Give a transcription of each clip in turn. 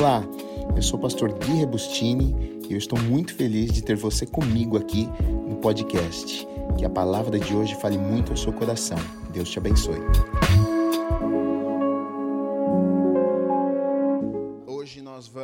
Olá, eu sou o pastor Gui Rebustini e eu estou muito feliz de ter você comigo aqui no podcast. Que a palavra de hoje fale muito ao seu coração. Deus te abençoe. Hoje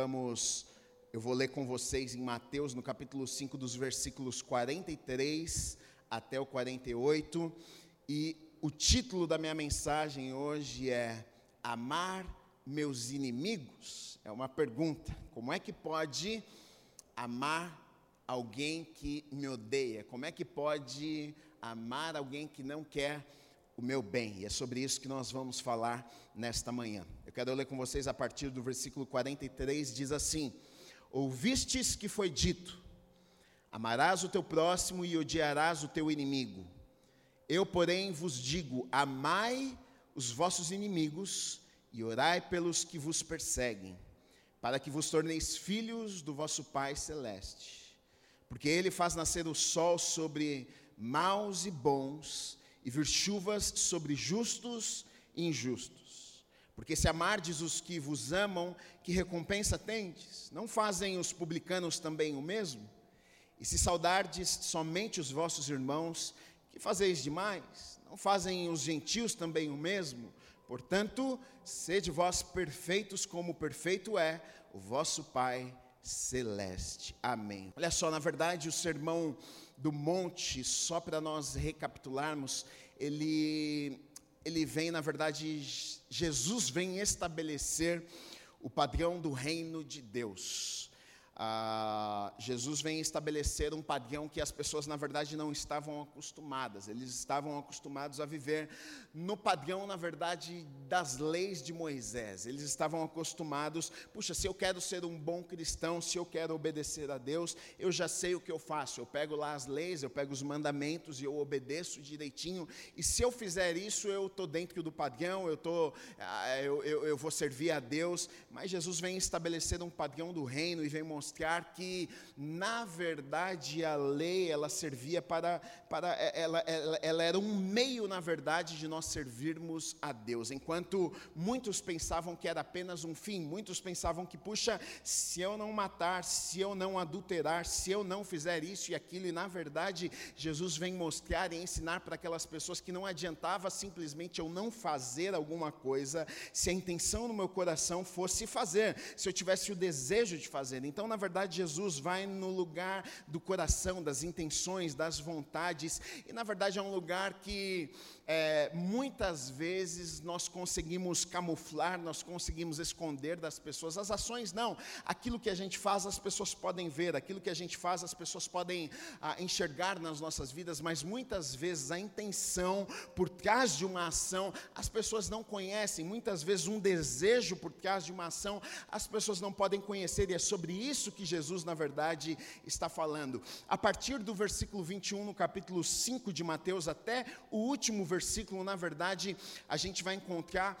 eu vou ler com vocês em Mateus, no capítulo 5, dos versículos 43 até o 48. E o título da minha mensagem hoje é Amar meus inimigos? É uma pergunta. Como é que pode amar alguém que me odeia? Como é que pode amar alguém que não quer o meu bem? E é sobre isso que nós vamos falar nesta manhã. Eu quero ler com vocês a partir do versículo 43, diz assim: Ouvistes que foi dito, amarás o teu próximo e odiarás o teu inimigo. Eu, porém, vos digo, amai os vossos inimigos e orai pelos que vos perseguem, para que vos torneis filhos do vosso Pai Celeste. Porque Ele faz nascer o sol sobre maus e bons, e vir chuvas sobre justos e injustos. Porque se amardes os que vos amam, que recompensa tendes? Não fazem os publicanos também o mesmo? E se saudardes somente os vossos irmãos, que fazeis demais? Não fazem os gentios também o mesmo? Portanto, sede vós perfeitos como perfeito é o vosso Pai Celeste. Amém. Olha só, na verdade, o Sermão do Monte, só para nós recapitularmos, ele vem, na verdade, Jesus vem estabelecer o padrão do reino de Deus. Jesus vem estabelecer um padrão que as pessoas, na verdade, não estavam acostumadas. Eles estavam acostumados a viver no padrão, na verdade, das leis de Moisés. Eles estavam acostumados, se eu quero ser um bom cristão, se eu quero obedecer a Deus, eu já sei o que eu faço. Eu pego lá as leis, eu pego os mandamentos e eu obedeço direitinho. E se eu fizer isso, eu estou dentro do padrão, eu vou servir a Deus. Mas Jesus vem estabelecer um padrão do reino e vem mostrar que, na verdade, a lei, ela servia ela era um meio, na verdade, de nós servirmos a Deus. Enquanto muitos pensavam que era apenas um fim, muitos pensavam que, se eu não matar, se eu não adulterar, se eu não fizer isso e aquilo, e na verdade, Jesus vem mostrar e ensinar para aquelas pessoas que não adiantava simplesmente eu não fazer alguma coisa, se a intenção no meu coração fosse fazer, se eu tivesse o desejo de fazer. Então, na verdade, Jesus vai no lugar do coração, das intenções, das vontades, e na verdade é um lugar que muitas vezes nós conseguimos camuflar, nós conseguimos esconder das pessoas. As ações não, aquilo que a gente faz as pessoas podem ver, aquilo que a gente faz as pessoas podem enxergar nas nossas vidas, mas muitas vezes a intenção por trás de uma ação, as pessoas não conhecem. Muitas vezes um desejo por trás de uma ação, as pessoas não podem conhecer, e é sobre isso que Jesus, na verdade, está falando. A partir do versículo 21, no capítulo 5 de Mateus, até o último versículo, na verdade, a gente vai encontrar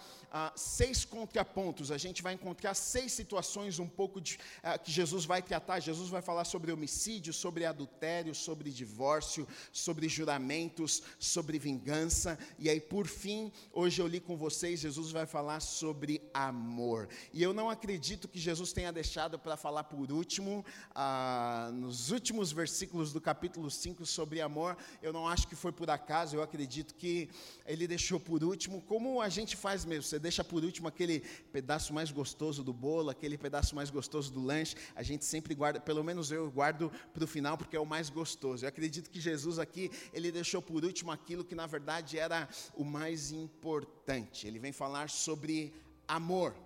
6 contrapontos, a gente vai encontrar 6 situações que Jesus vai tratar. Jesus vai falar sobre homicídio, sobre adultério, sobre divórcio, sobre juramentos, sobre vingança, e aí, por fim, hoje eu li com vocês, Jesus vai falar sobre amor. E eu não acredito que Jesus tenha deixado para falar por último, nos últimos versículos do capítulo 5 sobre amor. Eu não acho que foi por acaso, eu acredito que ele deixou por último, como a gente faz mesmo. Você deixa por último aquele pedaço mais gostoso do bolo, aquele pedaço mais gostoso do lanche, a gente sempre guarda, pelo menos eu guardo para o final, porque é o mais gostoso. Eu acredito que Jesus aqui, ele deixou por último aquilo que na verdade era o mais importante. Ele vem falar sobre amor.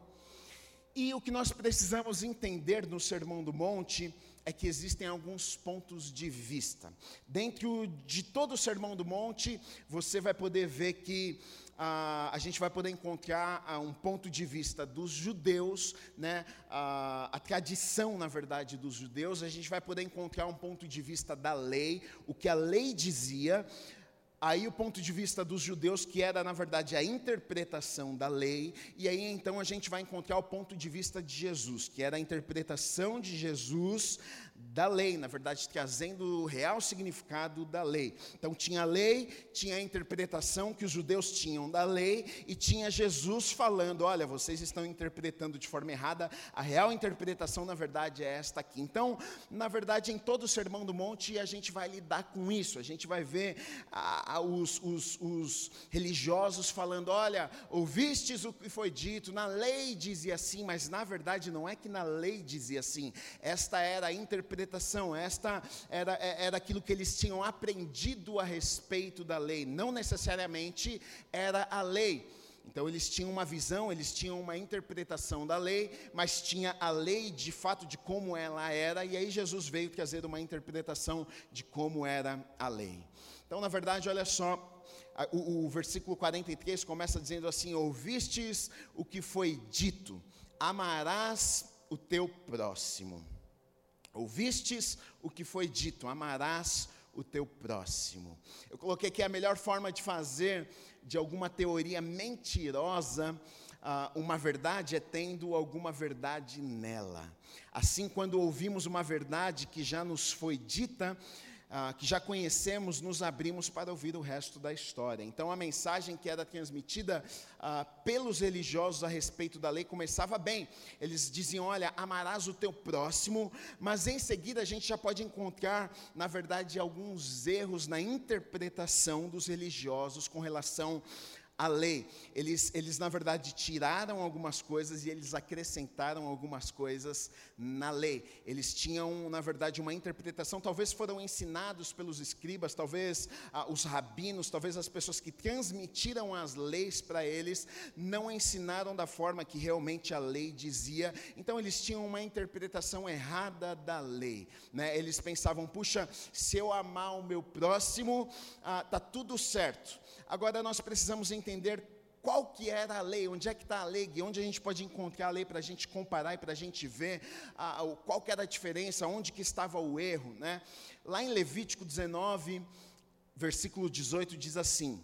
E o que nós precisamos entender no Sermão do Monte é que existem alguns pontos de vista. Dentro de todo o Sermão do Monte, você vai poder ver que a gente vai poder encontrar um ponto de vista dos judeus, né? A tradição, na verdade, dos judeus. A gente vai poder encontrar um ponto de vista da lei, o que a lei dizia. Aí o ponto de vista dos judeus, que era na verdade a interpretação da lei, e aí então a gente vai encontrar o ponto de vista de Jesus, que era a interpretação de Jesus da lei, na verdade, trazendo o real significado da lei. Então, tinha a lei, tinha a interpretação que os judeus tinham da lei, e tinha Jesus falando, olha, vocês estão interpretando de forma errada, a real interpretação, na verdade, é esta aqui. Então, na verdade, em todo o Sermão do Monte, a gente vai lidar com isso, a gente vai ver os religiosos falando, olha, ouvistes o que foi dito, na lei dizia assim, mas na verdade não é que na lei dizia assim, esta era a interpretação, esta era aquilo que eles tinham aprendido a respeito da lei, não necessariamente era a lei. Então eles tinham uma visão, eles tinham uma interpretação da lei, mas tinha a lei de fato de como ela era, e aí Jesus veio trazer uma interpretação de como era a lei. Então, na verdade, olha só, o versículo 43 começa dizendo assim, ouvistes o que foi dito, amarás o teu próximo. Ouvistes o que foi dito, amarás o teu próximo. Eu coloquei aqui a melhor forma de fazer de alguma teoria mentirosa uma verdade é tendo alguma verdade nela. Assim, quando ouvimos uma verdade que já nos foi dita, que já conhecemos, nos abrimos para ouvir o resto da história. Então, a mensagem que era transmitida pelos religiosos a respeito da lei começava bem. Eles diziam, olha, amarás o teu próximo, mas em seguida a gente já pode encontrar, na verdade, alguns erros na interpretação dos religiosos com relação a lei. Eles na verdade tiraram algumas coisas e eles acrescentaram algumas coisas na lei. Eles tinham na verdade uma interpretação, talvez foram ensinados pelos escribas, talvez os rabinos, talvez as pessoas que transmitiram as leis para eles, não ensinaram da forma que realmente a lei dizia, então eles tinham uma interpretação errada da lei, né? Eles pensavam, puxa, se eu amar o meu próximo, tá tudo certo. Agora nós precisamos entender qual que era a lei, onde é que está a lei, onde a gente pode encontrar a lei para a gente comparar e para a gente ver qual que era a diferença, onde que estava o erro, né? Lá em Levítico 19, versículo 18, diz assim,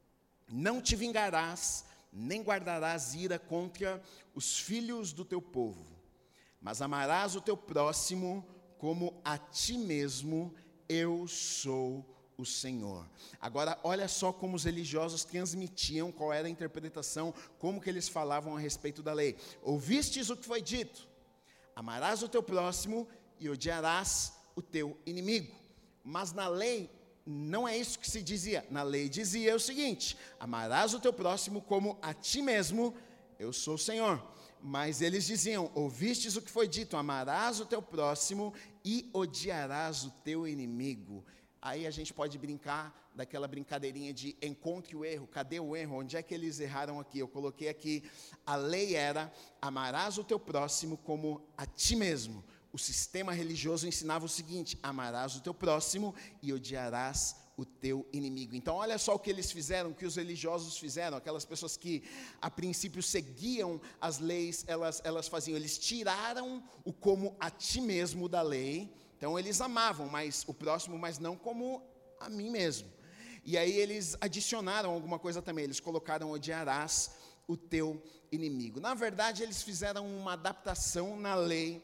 não te vingarás, nem guardarás ira contra os filhos do teu povo, mas amarás o teu próximo como a ti mesmo, eu sou o Senhor. Agora, olha só como os religiosos transmitiam, qual era a interpretação, como que eles falavam a respeito da lei. Ouvistes o que foi dito, amarás o teu próximo e odiarás o teu inimigo. Mas na lei, não é isso que se dizia. Na lei dizia o seguinte, amarás o teu próximo como a ti mesmo, eu sou o Senhor. Mas eles diziam, ouvistes o que foi dito, amarás o teu próximo e odiarás o teu inimigo. Aí a gente pode brincar daquela brincadeirinha de encontre o erro, cadê o erro, onde é que eles erraram aqui? Eu coloquei aqui, a lei era, amarás o teu próximo como a ti mesmo. O sistema religioso ensinava o seguinte, amarás o teu próximo e odiarás o teu inimigo. Então olha só o que eles fizeram, o que os religiosos fizeram, aquelas pessoas que a princípio seguiam as leis, elas faziam, eles tiraram o como a ti mesmo da lei. Então eles amavam o próximo, mas não como a mim mesmo. E aí eles adicionaram alguma coisa também, eles colocaram odiarás o teu inimigo. Na verdade, eles fizeram uma adaptação na lei.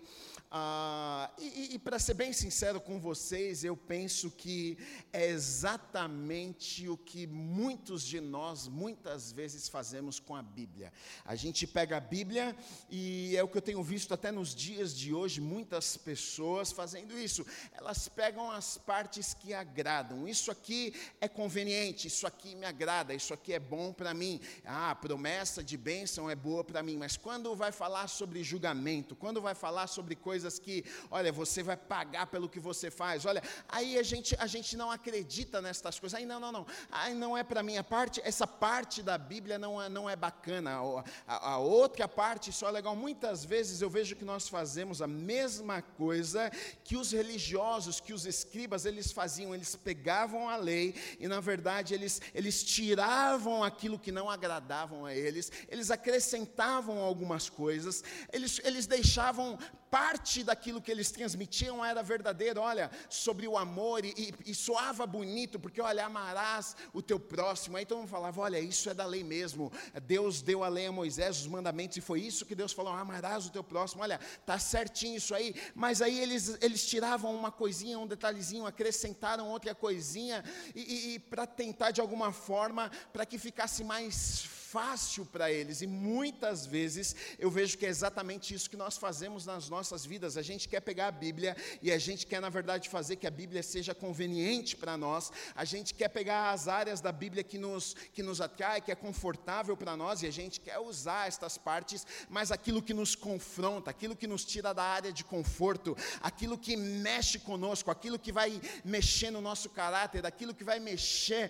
E para ser bem sincero com vocês, eu penso que é exatamente o que muitos de nós, muitas vezes fazemos com a Bíblia. A gente pega a Bíblia e é o que eu tenho visto até nos dias de hoje, muitas pessoas fazendo isso. Elas pegam as partes que agradam. Isso aqui é conveniente, isso aqui me agrada, isso aqui é bom para mim. A promessa de bênção é boa para mim, mas quando vai falar sobre julgamento, quando vai falar sobre coisas que, olha, você vai pagar pelo que você faz, olha, aí a gente não acredita nestas coisas, aí não, aí não é para mim, essa parte da Bíblia não é bacana, a outra parte só é legal. Muitas vezes eu vejo que nós fazemos a mesma coisa que os religiosos, que os escribas, eles faziam, eles pegavam a lei e na verdade eles tiravam aquilo que não agradavam a eles acrescentavam algumas coisas, eles deixavam parte parte daquilo que eles transmitiam era verdadeiro, olha, sobre o amor, e soava bonito, porque olha, amarás o teu próximo. Aí todo mundo falava, olha, isso é da lei mesmo, Deus deu a lei a Moisés, os mandamentos, e foi isso que Deus falou, amarás o teu próximo, olha, está certinho isso aí. Mas aí eles tiravam uma coisinha, um detalhezinho, acrescentaram outra coisinha, e para tentar de alguma forma, para que ficasse mais fácil para eles, e muitas vezes eu vejo que é exatamente isso que nós fazemos nas nossas vidas. A gente quer pegar a Bíblia e a gente quer, na verdade, fazer que a Bíblia seja conveniente para nós. A gente quer pegar as áreas da Bíblia que nos atrai, que é confortável para nós, e a gente quer usar estas partes, mas aquilo que nos confronta, aquilo que nos tira da área de conforto, aquilo que mexe conosco, aquilo que vai mexer no nosso caráter, aquilo que vai mexer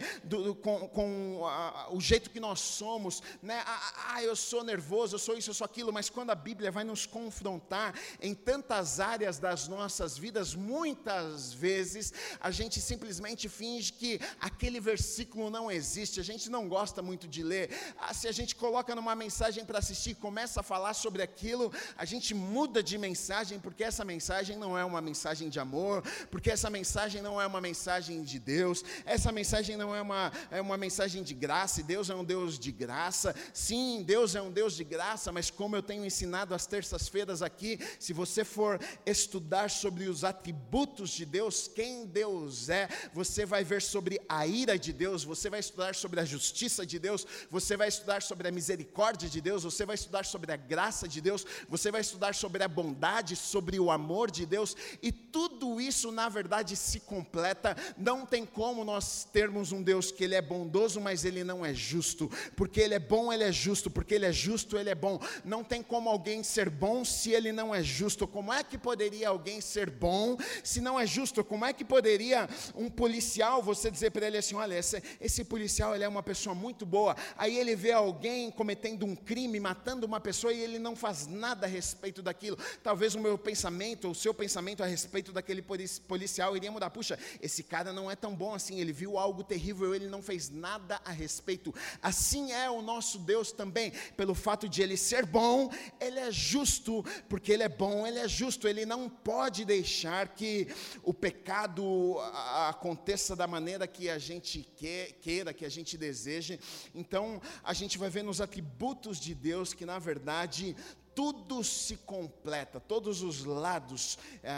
com o jeito que nós somos, né? Eu sou nervoso, eu sou isso, eu sou aquilo, mas quando a Bíblia vai nos confrontar em tantas áreas das nossas vidas, muitas vezes a gente simplesmente finge que aquele versículo não existe, a gente não gosta muito de ler. Se a gente coloca numa mensagem para assistir, começa a falar sobre aquilo, a gente muda de mensagem, porque essa mensagem não é uma mensagem de amor, porque essa mensagem não é uma mensagem de Deus, essa mensagem não é uma mensagem de graça, e Deus é um Deus de graça. Sim, Deus é um Deus de graça, mas como eu tenho ensinado às terças-feiras aqui, se você for estudar sobre os atributos de Deus, quem Deus é, você vai ver sobre a ira de Deus, você vai estudar sobre a justiça de Deus, você vai estudar sobre a misericórdia de Deus, você vai estudar sobre a graça de Deus, você vai estudar sobre a bondade, sobre o amor de Deus, e tudo isso na verdade se completa. Não tem como nós termos um Deus que ele é bondoso, mas ele não é justo, porque ele é bom, ele é justo, porque ele é justo, ele é bom. Não tem como alguém ser bom se ele não é justo. Como é que poderia alguém ser bom se não é justo? Como é que poderia um policial, você dizer para ele assim, olha, esse policial, ele é uma pessoa muito boa, aí ele vê alguém cometendo um crime, matando uma pessoa, e ele não faz nada a respeito daquilo. Talvez o meu pensamento, o seu pensamento a respeito daquele policial iria mudar. Puxa, esse cara não é tão bom assim, ele viu algo terrível, ele não fez nada a respeito. Assim é o nosso Deus também, pelo fato de ele ser bom, ele é justo, porque ele é bom, ele é justo, ele não pode deixar que o pecado aconteça da maneira que a gente queira, que a gente deseje. Então, a gente vai ver nos atributos de Deus que, na verdade, tudo se completa, todos os lados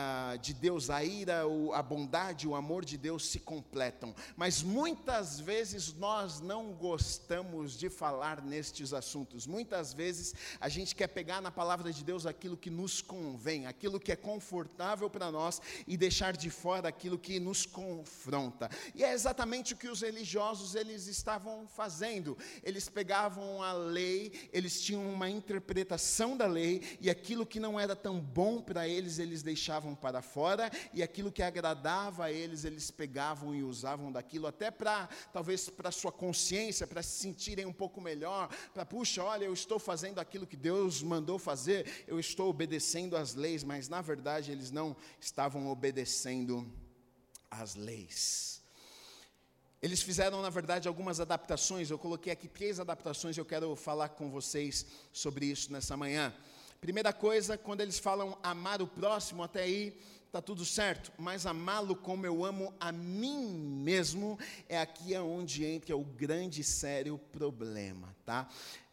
de Deus, a ira, a bondade, o amor de Deus se completam, mas muitas vezes nós não gostamos de falar nestes assuntos. Muitas vezes a gente quer pegar na palavra de Deus aquilo que nos convém, aquilo que é confortável para nós, e deixar de fora aquilo que nos confronta. E é exatamente o que os religiosos eles estavam fazendo. Eles pegavam a lei, eles tinham uma interpretação da lei, e aquilo que não era tão bom para eles, eles deixavam para fora, e aquilo que agradava a eles, eles pegavam e usavam daquilo, até talvez para sua consciência, para se sentirem um pouco melhor, para, puxa, olha, eu estou fazendo aquilo que Deus mandou fazer, eu estou obedecendo às leis, mas na verdade eles não estavam obedecendo às leis. Eles fizeram, na verdade, algumas adaptações. Eu coloquei aqui 3 adaptações, eu quero falar com vocês sobre isso nessa manhã. Primeira coisa, quando eles falam amar o próximo, até aí está tudo certo, mas amá-lo como eu amo a mim mesmo, é aqui onde entra o grande e sério problema, tá?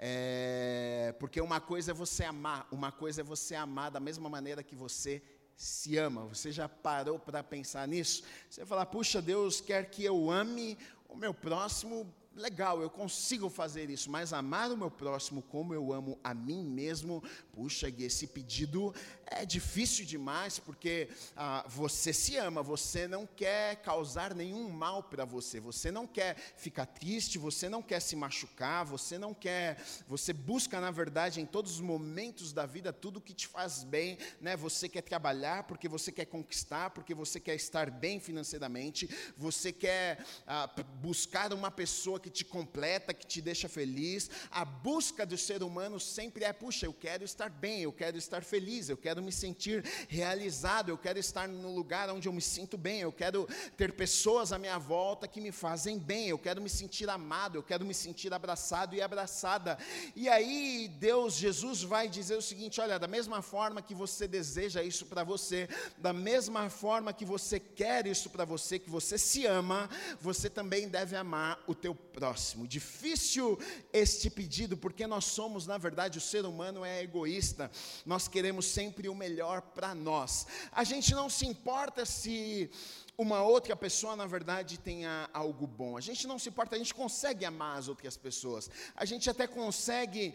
Porque uma coisa é você amar, uma coisa é você amar da mesma maneira que você se ama. Você já parou para pensar nisso? Você fala, puxa, Deus quer que eu ame o meu próximo, legal, eu consigo fazer isso, mas amar o meu próximo como eu amo a mim mesmo, puxa, e esse pedido é difícil demais, porque você se ama, você não quer causar nenhum mal para você, você não quer ficar triste, você não quer se machucar, você busca, na verdade, em todos os momentos da vida, tudo que te faz bem, né? Você quer trabalhar porque você quer conquistar, porque você quer estar bem financeiramente, você quer buscar uma pessoa que te completa, que te deixa feliz. A busca do ser humano sempre é, puxa, eu quero estar bem, eu quero estar feliz, eu quero me sentir realizado, eu quero estar no lugar onde eu me sinto bem, eu quero ter pessoas à minha volta que me fazem bem, eu quero me sentir amado, eu quero me sentir abraçado e abraçada. E aí Jesus vai dizer o seguinte: olha, da mesma forma que você deseja isso para você, da mesma forma que você quer isso para você, que você se ama, você também deve amar o teu próximo. Difícil este pedido, porque nós somos, na verdade, o ser humano é egoísta, nós queremos sempre o melhor para nós. A gente não se importa se uma outra pessoa, na verdade, tenha algo bom. A gente não se importa, a gente consegue amar as outras pessoas. A gente até consegue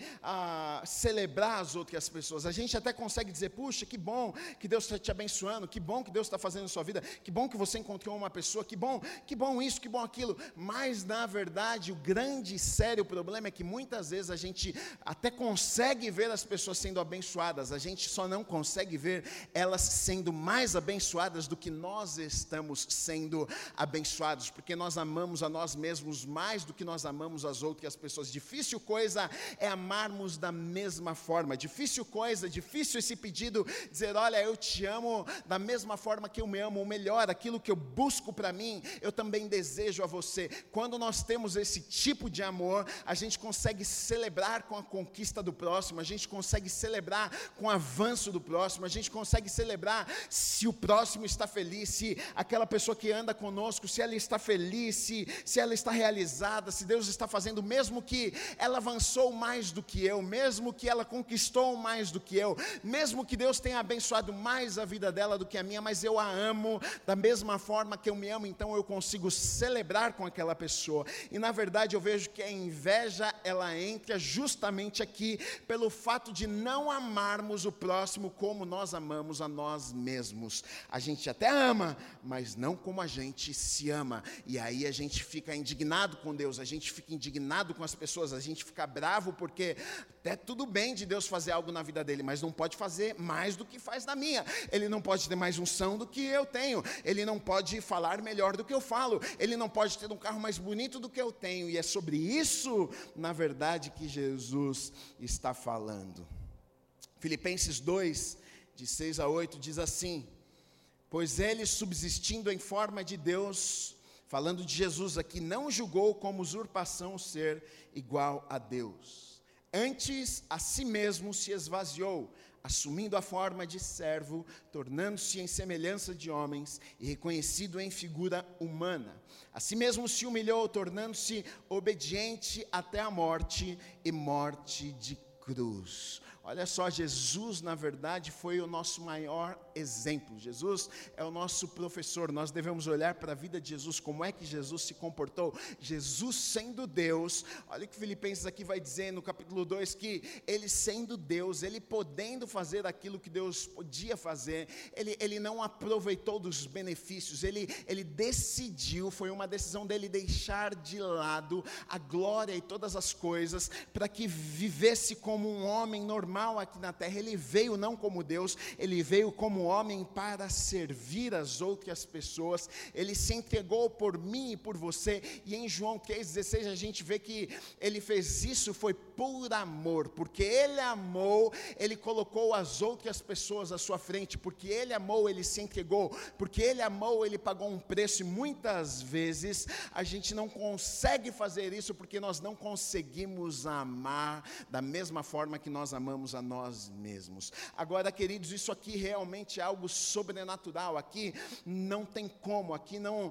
celebrar as outras pessoas. A gente até consegue dizer, puxa, que bom que Deus está te abençoando, que bom que Deus está fazendo na sua vida, que bom que você encontrou uma pessoa, que bom isso, que bom aquilo. Mas, na verdade, o grande e sério problema é que muitas vezes a gente até consegue ver as pessoas sendo abençoadas, a gente só não consegue ver elas sendo mais abençoadas do que nós estamos sendo abençoados, porque nós amamos a nós mesmos mais do que nós amamos as outras pessoas. Difícil coisa é amarmos da mesma forma, difícil esse pedido, dizer, olha, eu te amo da mesma forma que eu me amo, ou melhor, aquilo que eu busco para mim, eu também desejo a você. Quando nós temos esse tipo de amor, a gente consegue celebrar com a conquista do próximo, a gente consegue celebrar com o avanço do próximo, a gente consegue celebrar se o próximo está feliz, se aquela pessoa que anda conosco, se ela está feliz, se ela está realizada, se Deus está fazendo, mesmo que ela avançou mais do que eu, mesmo que ela conquistou mais do que eu, mesmo que Deus tenha abençoado mais a vida dela do que a minha, mas eu a amo da mesma forma que eu me amo, então eu consigo celebrar com aquela pessoa. E na verdade eu vejo que a inveja, ela entra justamente aqui, pelo fato de não amarmos o próximo como nós amamos a nós mesmos. A gente até ama, mas não como a gente se ama, e aí a gente fica indignado com Deus, a gente fica indignado com as pessoas, a gente fica bravo, porque até tudo bem de Deus fazer algo na vida dele, mas não pode fazer mais do que faz na minha, ele não pode ter mais unção do que eu tenho, ele não pode falar melhor do que eu falo, ele não pode ter um carro mais bonito do que eu tenho, e é sobre isso, na verdade, que Jesus está falando. Filipenses 2, de 6 a 8, diz assim: pois ele, subsistindo em forma de Deus, falando de Jesus aqui, não julgou como usurpação ser igual a Deus. Antes, a si mesmo se esvaziou, assumindo a forma de servo, tornando-se em semelhança de homens e reconhecido em figura humana. A si mesmo se humilhou, tornando-se obediente até a morte e morte de cruz. Olha só, Jesus, na verdade, foi o nosso maior exemplo. Jesus é o nosso professor. Nós devemos olhar para a vida de Jesus, como é que Jesus se comportou. Jesus sendo Deus, olha o que Filipenses aqui vai dizer no capítulo 2, que ele sendo Deus, ele podendo fazer aquilo que Deus podia fazer, ele não aproveitou dos benefícios, ele decidiu, foi uma decisão dele deixar de lado a glória e todas as coisas, para que vivesse como um homem normal aqui na terra. Ele veio não como Deus, ele veio como homem para servir as outras pessoas, ele se entregou por mim e por você, e em João 3,16 a gente vê que ele fez isso, foi por amor, porque ele amou, ele colocou as outras pessoas à sua frente, porque ele amou, ele se entregou, porque ele amou, ele pagou um preço, e muitas vezes a gente não consegue fazer isso, porque nós não conseguimos amar da mesma forma que nós amamos a nós mesmos. Agora, queridos, isso aqui realmente é algo sobrenatural, aqui não tem como, aqui não,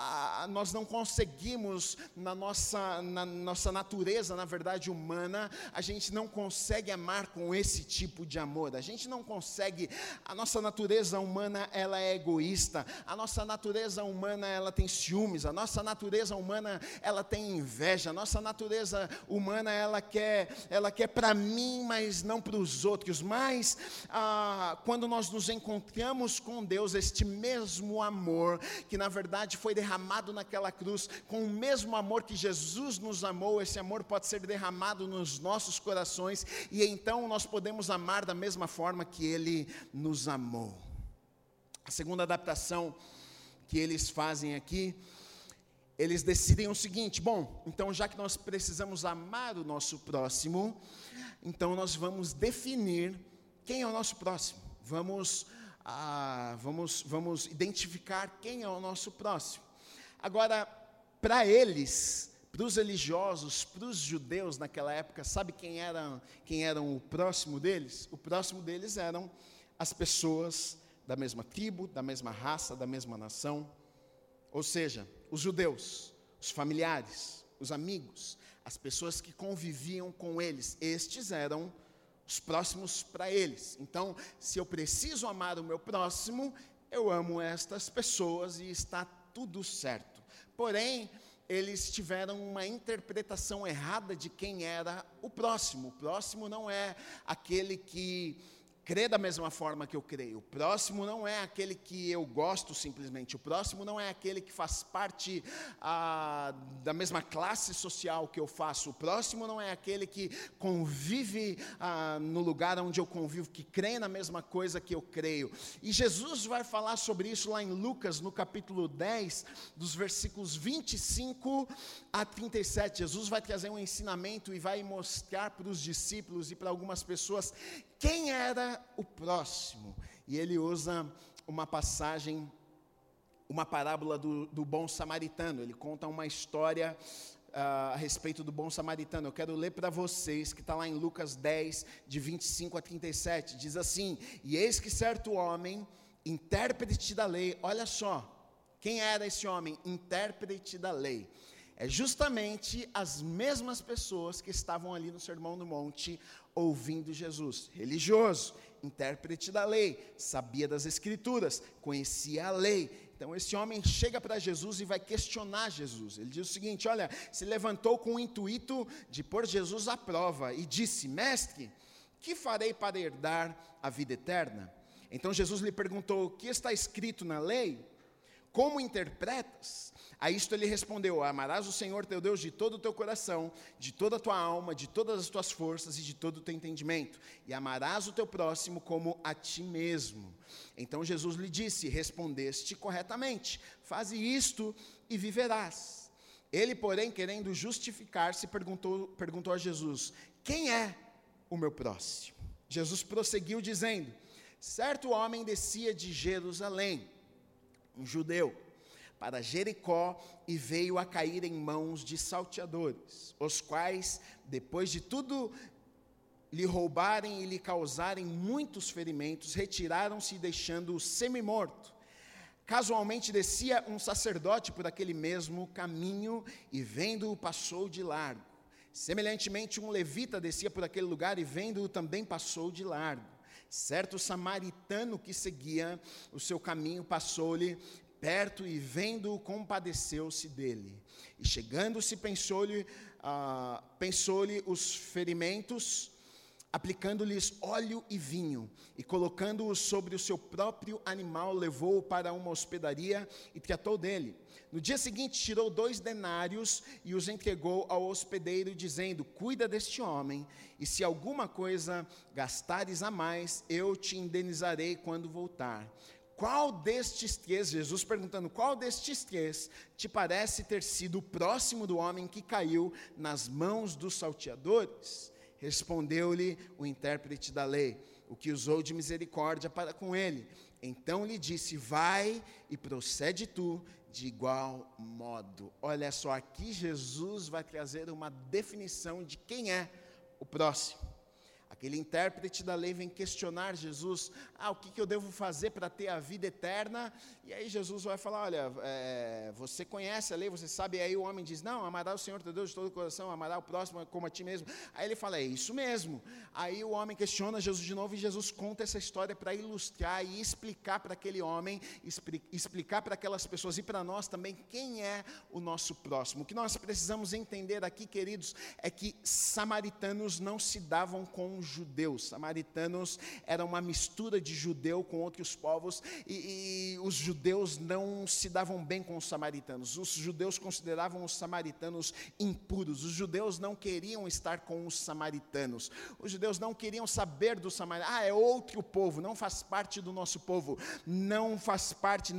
nós não conseguimos, na nossa natureza, na verdade humana, a gente não consegue amar com esse tipo de amor, a gente não consegue, a nossa natureza humana, ela é egoísta, a nossa natureza humana, ela tem ciúmes, a nossa natureza humana, ela tem inveja, a nossa natureza humana, ela quer para mim, mas não para os outros, mas quando nós nos encontramos com Deus, este mesmo amor, que na verdade foi derramado naquela cruz, com o mesmo amor que Jesus nos amou, esse amor pode ser derramado nos nossos corações, e então nós podemos amar da mesma forma que Ele nos amou. A segunda adaptação que eles fazem aqui, eles decidem o seguinte: bom, então já que nós precisamos amar o nosso próximo, então nós vamos definir quem é o nosso próximo. Vamos identificar quem é o nosso próximo. Agora, para eles, para os religiosos, para os judeus naquela época, sabe quem eram o próximo deles? O próximo deles eram as pessoas da mesma tribo, da mesma raça, da mesma nação. Ou seja, os judeus, os familiares, os amigos, as pessoas que conviviam com eles, estes eram os próximos para eles. Então, se eu preciso amar o meu próximo, eu amo estas pessoas e está tudo certo. Porém, eles tiveram uma interpretação errada de quem era o próximo. O próximo não é aquele que crê da mesma forma que eu creio. O próximo não é aquele que eu gosto simplesmente. O próximo não é aquele que faz parte da mesma classe social que eu faço. O próximo não é aquele que convive no lugar onde eu convivo, que crê na mesma coisa que eu creio. E Jesus vai falar sobre isso lá em Lucas, no capítulo 10, dos versículos 25 a 37. Jesus vai trazer um ensinamento e vai mostrar para os discípulos e para algumas pessoas quem era o próximo. E ele usa uma passagem, uma parábola do bom samaritano. Ele conta uma história a respeito do bom samaritano. Eu quero ler para vocês, que está lá em Lucas 10, de 25 a 37. Diz assim: e eis que certo homem, intérprete da lei, olha só, quem era esse homem? Intérprete da lei. É justamente as mesmas pessoas que estavam ali no Sermão do Monte, ouvindo Jesus. Religioso, intérprete da lei, sabia das Escrituras, conhecia a lei. Então esse homem chega para Jesus e vai questionar Jesus. Ele diz o seguinte: olha, se levantou com o intuito de pôr Jesus à prova e disse: mestre, que farei para herdar a vida eterna? Então Jesus lhe perguntou: o que está escrito na lei? Como interpretas? A isto ele respondeu: amarás o Senhor teu Deus de todo o teu coração, de toda a tua alma, de todas as tuas forças e de todo o teu entendimento, e amarás o teu próximo como a ti mesmo. Então Jesus lhe disse: respondeste corretamente, faze isto e viverás. Ele, porém, querendo justificar-se, perguntou a Jesus: quem é o meu próximo? Jesus prosseguiu dizendo: certo homem descia de Jerusalém, um judeu, para Jericó, e veio a cair em mãos de salteadores, os quais, depois de tudo lhe roubarem e lhe causarem muitos ferimentos, retiraram-se, deixando-o semi-morto. Casualmente descia um sacerdote por aquele mesmo caminho, e vendo-o passou de largo. Semelhantemente, um levita descia por aquele lugar, e vendo-o também passou de largo. Certo samaritano que seguia o seu caminho passou-lhe perto, e vendo-o compadeceu-se dele. E chegando-se pensou-lhe os ferimentos, aplicando-lhes óleo e vinho, e colocando-o sobre o seu próprio animal, levou-o para uma hospedaria e tratou dele. No dia seguinte tirou 2 denários e os entregou ao hospedeiro, dizendo: cuida deste homem, e se alguma coisa gastares a mais, eu te indenizarei quando voltar. Qual destes 3, Jesus perguntando, qual destes 3 te parece ter sido o próximo do homem que caiu nas mãos dos salteadores? Respondeu-lhe o intérprete da lei: o que usou de misericórdia para com ele. Então lhe disse: vai e procede tu de igual modo. Olha só, aqui Jesus vai trazer uma definição de quem é o próximo. Aquele intérprete da lei vem questionar Jesus: o que eu devo fazer para ter a vida eterna? E aí Jesus vai falar: olha, você conhece a lei, você sabe. E aí o homem diz: não, amará o Senhor teu Deus de todo o coração, amará o próximo como a ti mesmo. Aí ele fala: é isso mesmo. Aí o homem questiona Jesus de novo, e Jesus conta essa história para ilustrar e explicar para aquele homem, explicar para aquelas pessoas e para nós também quem é o nosso próximo. O que nós precisamos entender aqui, queridos, é que samaritanos não se davam com judeus. Samaritanos era uma mistura de judeu com outros povos, e os judeus não se davam bem com os samaritanos. Os judeus consideravam os samaritanos impuros. Os judeus não queriam estar com os samaritanos. Os judeus não queriam saber do samaritano. É outro povo, não faz parte do nosso povo, não faz parte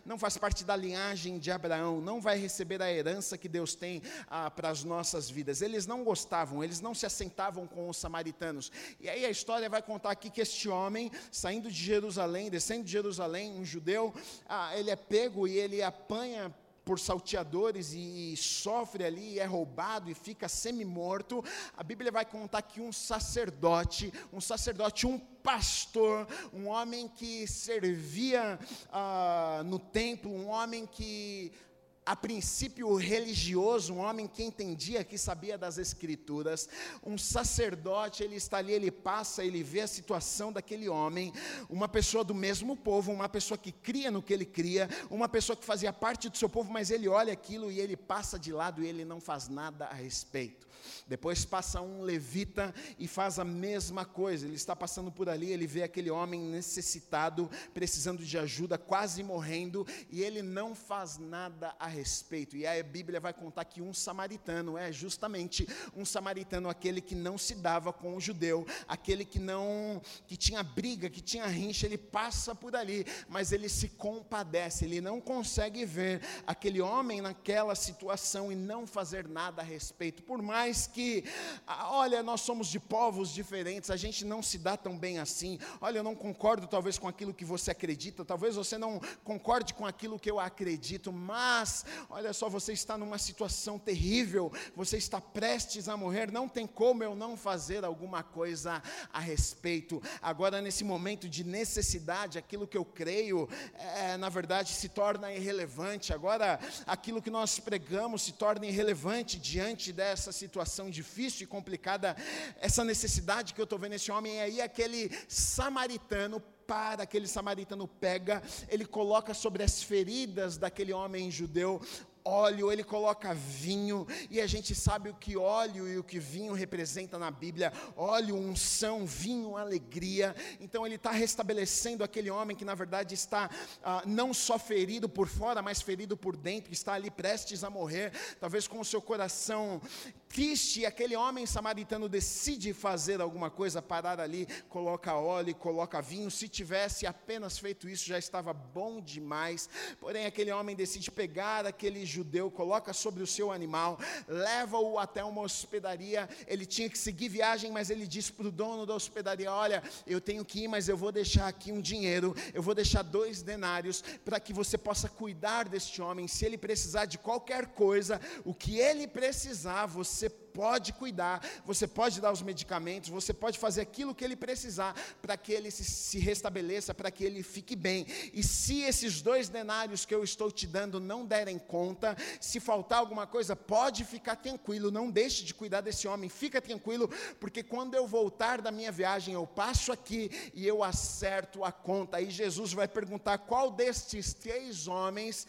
da linhagem de Abraão, não vai receber a herança que Deus tem para as nossas vidas. Eles não gostavam, eles não se assentavam com os samaritanos. E aí a história vai contar aqui que este homem, saindo de Jerusalém, descendo de Jerusalém, um judeu, ele é pego e ele apanha por salteadores e sofre ali, é roubado e fica semi-morto. A Bíblia vai contar que um sacerdote, um pastor, um homem que servia no templo, um homem que, a princípio religioso, um homem que entendia, que sabia das escrituras, um sacerdote, ele está ali, ele passa, ele vê a situação daquele homem, uma pessoa do mesmo povo, uma pessoa que cria no que ele cria, uma pessoa que fazia parte do seu povo, mas ele olha aquilo e ele passa de lado e ele não faz nada a respeito. Depois passa um levita e faz a mesma coisa. Ele está passando por ali, ele vê aquele homem necessitado, precisando de ajuda, quase morrendo, e ele não faz nada a respeito. E aí a Bíblia vai contar que um samaritano, justamente um samaritano, aquele que não se dava com o judeu, aquele que tinha briga, que tinha rincha, ele passa por ali, mas ele se compadece, ele não consegue ver aquele homem naquela situação e não fazer nada a respeito. Por mais que, olha, nós somos de povos diferentes, a gente não se dá tão bem assim. Olha, eu não concordo talvez com aquilo que você acredita, talvez você não concorde com aquilo que eu acredito, mas olha só, você está numa situação terrível, você está prestes a morrer, não tem como eu não fazer alguma coisa a respeito. Agora, nesse momento de necessidade, aquilo que eu creio, na verdade, se torna irrelevante. Agora, aquilo que nós pregamos se torna irrelevante diante dessa situação difícil e complicada, essa necessidade que eu estou vendo nesse homem. E aí aquele samaritano pega, ele coloca sobre as feridas daquele homem judeu óleo, ele coloca vinho, e a gente sabe o que óleo e o que vinho representa na Bíblia. Óleo, unção, vinho, alegria. Então ele está restabelecendo aquele homem que na verdade está não só ferido por fora, mas ferido por dentro, está ali prestes a morrer, talvez com o seu coração triste. E aquele homem samaritano decide fazer alguma coisa, parar ali, coloca óleo, coloca vinho. Se tivesse apenas feito isso, já estava bom demais. Porém, aquele homem decide pegar aquele judeu, coloca sobre o seu animal, leva-o até uma hospedaria. Ele tinha que seguir viagem, mas ele disse para o dono da hospedaria: olha, eu tenho que ir, mas eu vou deixar aqui um dinheiro, eu vou deixar 2 denários, para que você possa cuidar deste homem. Se ele precisar de qualquer coisa, o que ele precisar, você pode cuidar, você pode dar os medicamentos, você pode fazer aquilo que ele precisar, para que ele se restabeleça, para que ele fique bem. E se esses 2 denários que eu estou te dando não derem conta, se faltar alguma coisa, pode ficar tranquilo, não deixe de cuidar desse homem, fica tranquilo, porque quando eu voltar da minha viagem, eu passo aqui e eu acerto a conta. Aí Jesus vai perguntar qual destes 3 homens,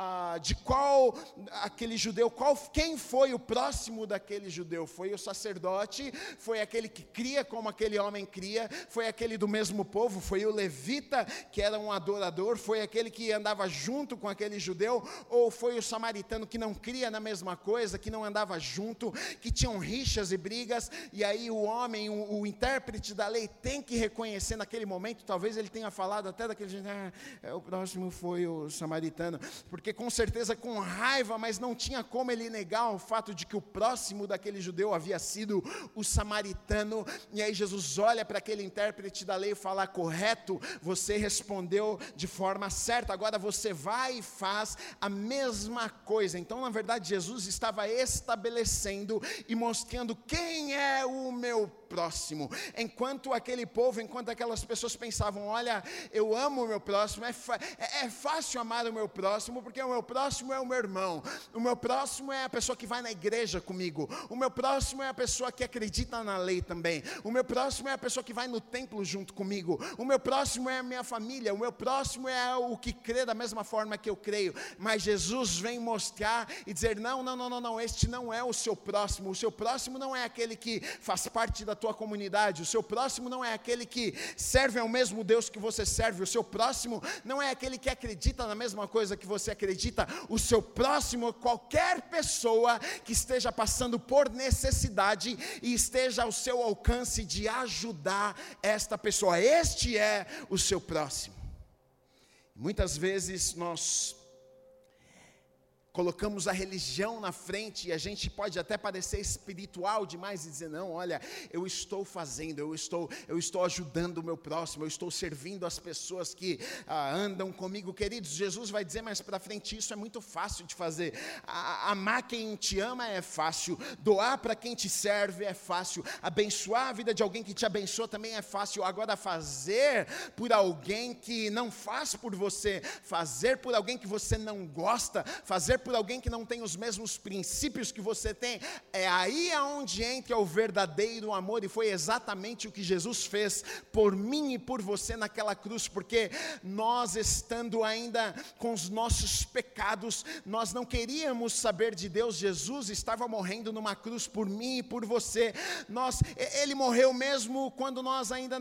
de qual aquele judeu, quem foi o próximo daquele judeu? Foi o sacerdote? Foi aquele que cria como aquele homem cria? Foi aquele do mesmo povo? Foi o levita, que era um adorador? Foi aquele que andava junto com aquele judeu? Ou foi o samaritano, que não cria na mesma coisa, que não andava junto, que tinham rixas e brigas? E aí o homem, o intérprete da lei, tem que reconhecer naquele momento, talvez ele tenha falado até daquele jeito: o próximo foi o samaritano, porque com certeza com raiva, mas não tinha como ele negar o fato de que o próximo daquele judeu havia sido o samaritano. E aí Jesus olha para aquele intérprete da lei e fala: correto, você respondeu de forma certa, agora você vai e faz a mesma coisa. Então, na verdade, Jesus estava estabelecendo e mostrando quem é o meu próximo. Enquanto aquelas pessoas pensavam: olha, eu amo o meu próximo, é fácil amar o meu próximo, porque o meu próximo é o meu irmão, o meu próximo é a pessoa que vai na igreja comigo, o meu próximo é a pessoa que acredita na lei também, o meu próximo é a pessoa que vai no templo junto comigo, o meu próximo é a minha família, o meu próximo é o que crê da mesma forma que eu creio. Mas Jesus vem mostrar e dizer: não, este não é o seu próximo não é aquele que faz parte da tua tua comunidade, o seu próximo não é aquele que serve ao mesmo Deus que você serve, o seu próximo não é aquele que acredita na mesma coisa que você acredita, o seu próximo é qualquer pessoa que esteja passando por necessidade e esteja ao seu alcance de ajudar esta pessoa. Este é o seu próximo. Muitas vezes nós colocamos a religião na frente e a gente pode até parecer espiritual demais e dizer, não, olha, eu estou fazendo, eu estou ajudando o meu próximo, eu estou servindo as pessoas que andam comigo. Queridos, Jesus vai dizer mais para frente, isso é muito fácil de fazer. Amar quem te ama é fácil, doar para quem te serve é fácil, abençoar a vida de alguém que te abençoa também é fácil. Agora, fazer por alguém que não faz por você, fazer por alguém que você não gosta, fazer por alguém que não tem os mesmos princípios que você tem, é aí aonde entra o verdadeiro amor, e foi exatamente o que Jesus fez por mim e por você naquela cruz, porque nós, estando ainda com os nossos pecados, nós não queríamos saber de Deus. Jesus estava morrendo numa cruz por mim e por você. Ele morreu mesmo quando nós ainda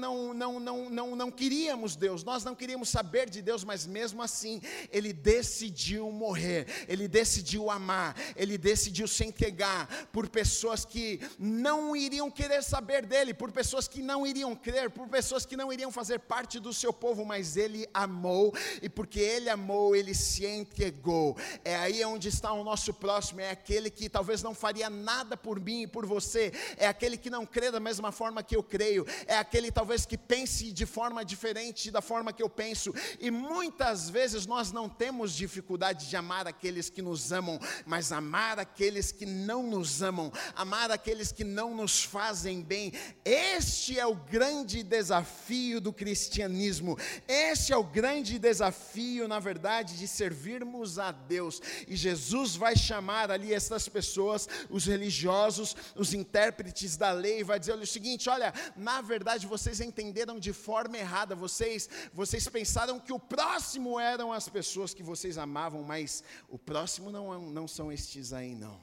não queríamos Deus, nós não queríamos saber de Deus, mas mesmo assim, Ele decidiu morrer, Ele decidiu amar, Ele decidiu se entregar por pessoas que não iriam querer saber dEle, por pessoas que não iriam crer, por pessoas que não iriam fazer parte do seu povo, mas Ele amou, e porque Ele amou, Ele se entregou. É aí onde está o nosso próximo, é aquele que talvez não faria nada por mim e por você, é aquele que não crê da mesma forma que eu creio, é aquele talvez que pense de forma diferente da forma que eu penso, e muitas vezes nós não temos dificuldade de amar aqueles que nos amam, mas amar aqueles que não nos amam, amar aqueles que não nos fazem bem, este é o grande desafio do cristianismo, este é o grande desafio, na verdade, de servirmos a Deus. E Jesus vai chamar ali essas pessoas, os religiosos, os intérpretes da lei, vai dizer o seguinte, olha, na verdade vocês entenderam de forma errada, vocês pensaram que o próximo eram as pessoas que vocês amavam, mas o próximo não são estes aí não.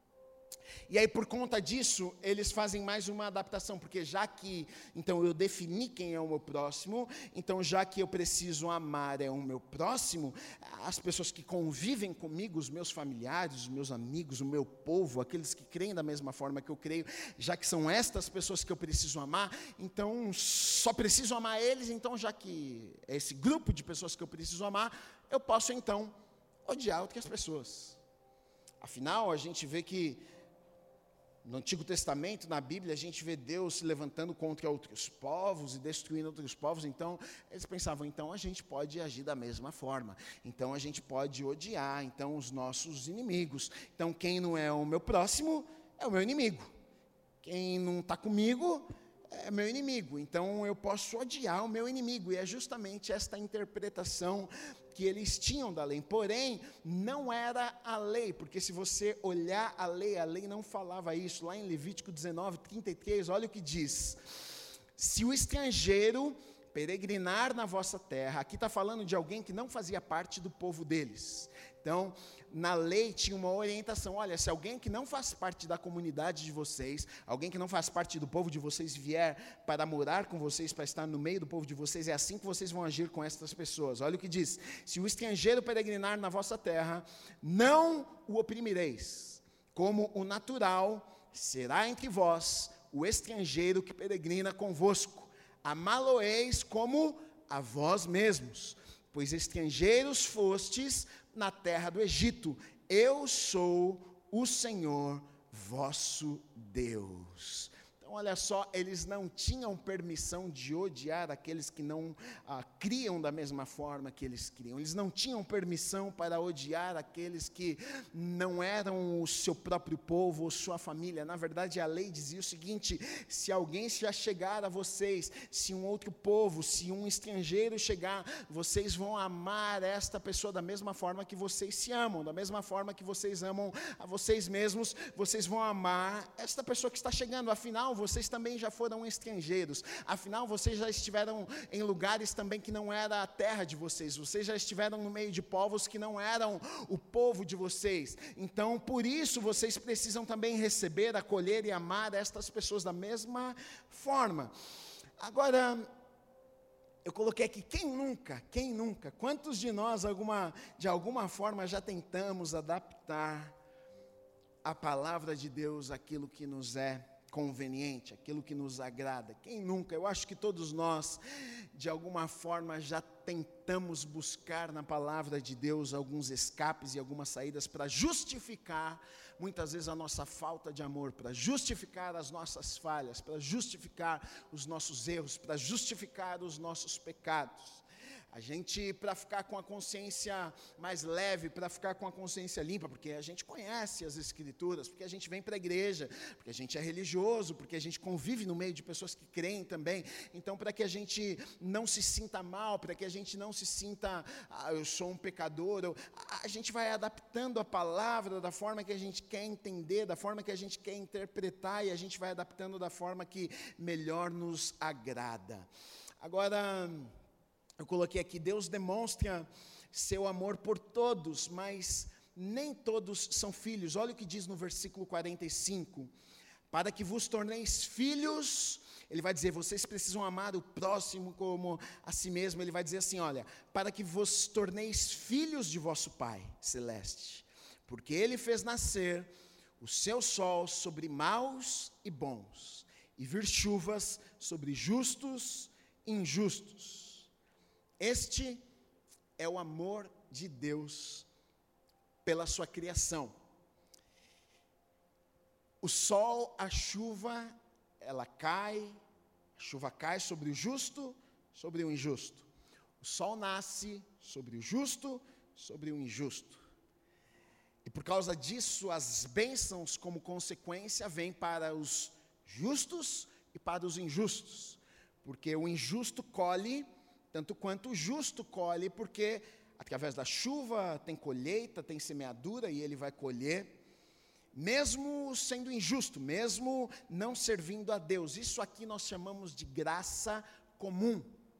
E aí, por conta disso, eles fazem mais uma adaptação, porque já que, então, eu defini quem é o meu próximo, então, já que eu preciso amar o meu próximo, as pessoas que convivem comigo, os meus familiares, os meus amigos, o meu povo, aqueles que creem da mesma forma que eu creio, já que são estas pessoas que eu preciso amar, então, só preciso amar eles, então, já que é esse grupo de pessoas que eu preciso amar, eu posso, então, odiar outras pessoas. Afinal, a gente vê que no Antigo Testamento, na Bíblia, a gente vê Deus se levantando contra outros povos e destruindo outros povos. Então, eles pensavam, então a gente pode agir da mesma forma. Então, a gente pode odiar, então, os nossos inimigos. Então, quem não é o meu próximo, é o meu inimigo. Quem não está comigo, é meu inimigo. Então, eu posso odiar o meu inimigo. E é justamente esta interpretação que eles tinham da lei, porém, não era a lei, porque se você olhar a lei não falava isso. Lá em Levítico 19:33, olha o que diz: se o estrangeiro peregrinar na vossa terra, aqui está falando de alguém que não fazia parte do povo deles. Então, na lei tinha uma orientação, olha, se alguém que não faz parte da comunidade de vocês, alguém que não faz parte do povo de vocês vier para morar com vocês, para estar no meio do povo de vocês, é assim que vocês vão agir com estas pessoas. Olha o que diz: se o estrangeiro peregrinar na vossa terra, não o oprimireis, como o natural será entre vós o estrangeiro que peregrina convosco, amá-lo-eis como a vós mesmos, pois estrangeiros fostes na terra do Egito. Eu sou o Senhor vosso Deus. Então, olha só, eles não tinham permissão de odiar aqueles que não criam da mesma forma que eles criam. Eles não tinham permissão para odiar aqueles que não eram o seu próprio povo ou sua família. Na verdade, a lei dizia o seguinte: se alguém se achegar a vocês, se um outro povo, se um estrangeiro chegar, vocês vão amar esta pessoa da mesma forma que vocês se amam, da mesma forma que vocês amam a vocês mesmos, vocês vão amar esta pessoa que está chegando. Afinal, vocês também já foram estrangeiros. Afinal, vocês já estiveram em lugares também que não era a terra de vocês. Vocês já estiveram no meio de povos que não eram o povo de vocês. Então, por isso, vocês precisam também receber, acolher e amar estas pessoas da mesma forma. Agora, eu coloquei aqui, quem nunca, quantos de nós, de alguma forma, já tentamos adaptar a palavra de Deus àquilo que nos é conveniente, aquilo que nos agrada? Quem nunca? Eu acho que todos nós, de alguma forma, já tentamos buscar na palavra de Deus alguns escapes e algumas saídas para justificar, muitas vezes, a nossa falta de amor, para justificar as nossas falhas, para justificar os nossos erros, para justificar os nossos pecados. A gente, para ficar com a consciência mais leve, para ficar com a consciência limpa, porque a gente conhece as Escrituras, porque a gente vem para a igreja, porque a gente é religioso, porque a gente convive no meio de pessoas que creem também. Então, para que a gente não se sinta mal, para que a gente não se sinta, eu sou um pecador, a gente vai adaptando a palavra da forma que a gente quer entender, da forma que a gente quer interpretar, e a gente vai adaptando da forma que melhor nos agrada. Agora, eu coloquei aqui, Deus demonstra seu amor por todos, mas nem todos são filhos. Olha o que diz no versículo 45. Para que vos torneis filhos, ele vai dizer, vocês precisam amar o próximo como a si mesmo. Ele vai dizer assim, olha, para que vos torneis filhos de vosso Pai Celeste, porque Ele fez nascer o seu sol sobre maus e bons, e vir chuvas sobre justos e injustos. Este é o amor de Deus pela sua criação. O sol, a chuva, a chuva cai sobre o justo, sobre o injusto. O sol nasce sobre o justo, sobre o injusto. E por causa disso, as bênçãos como consequência vêm para os justos e para os injustos. Porque o injusto colhe tanto quanto o justo colhe, porque através da chuva tem colheita, tem semeadura e ele vai colher, mesmo sendo injusto, mesmo não servindo a Deus. Isso aqui nós chamamos de graça comum.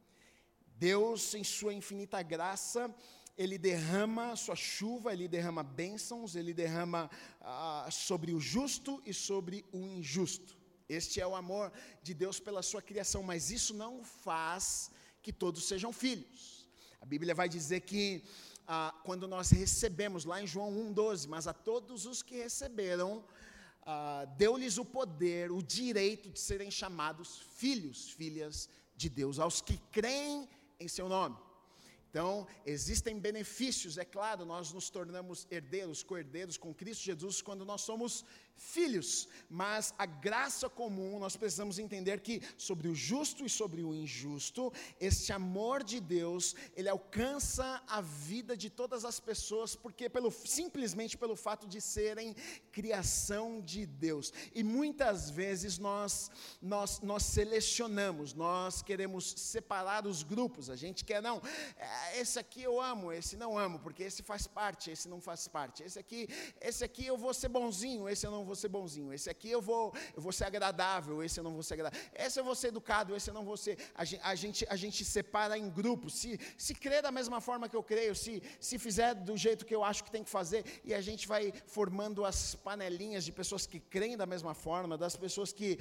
Deus, em sua infinita graça, Ele derrama sua chuva, Ele derrama bênçãos, Ele derrama sobre o justo e sobre o injusto. Este é o amor de Deus pela sua criação, mas isso não faz que todos sejam filhos. A Bíblia vai dizer que quando nós recebemos, lá em João 1,12, mas a todos os que receberam, deu-lhes o poder, o direito de serem chamados filhos, filhas de Deus, aos que creem em seu nome. Então, existem benefícios, é claro, nós nos tornamos herdeiros, co-herdeiros com Cristo Jesus quando nós somos filhos, mas a graça comum, nós precisamos entender que sobre o justo e sobre o injusto, este amor de Deus, ele alcança a vida de todas as pessoas, porque simplesmente pelo fato de serem criação de Deus. E muitas vezes nós selecionamos, nós queremos separar os grupos, a gente quer, esse aqui eu amo, esse não amo, porque esse faz parte, esse não faz parte, esse aqui eu vou ser bonzinho, esse eu não vou ser bonzinho, esse aqui eu vou ser agradável, esse eu não vou ser agradável, esse eu vou ser educado, esse eu não vou ser. A gente separa em grupos, se crer da mesma forma que eu creio, se fizer do jeito que eu acho que tem que fazer, e a gente vai formando as panelinhas de pessoas que creem da mesma forma, das pessoas que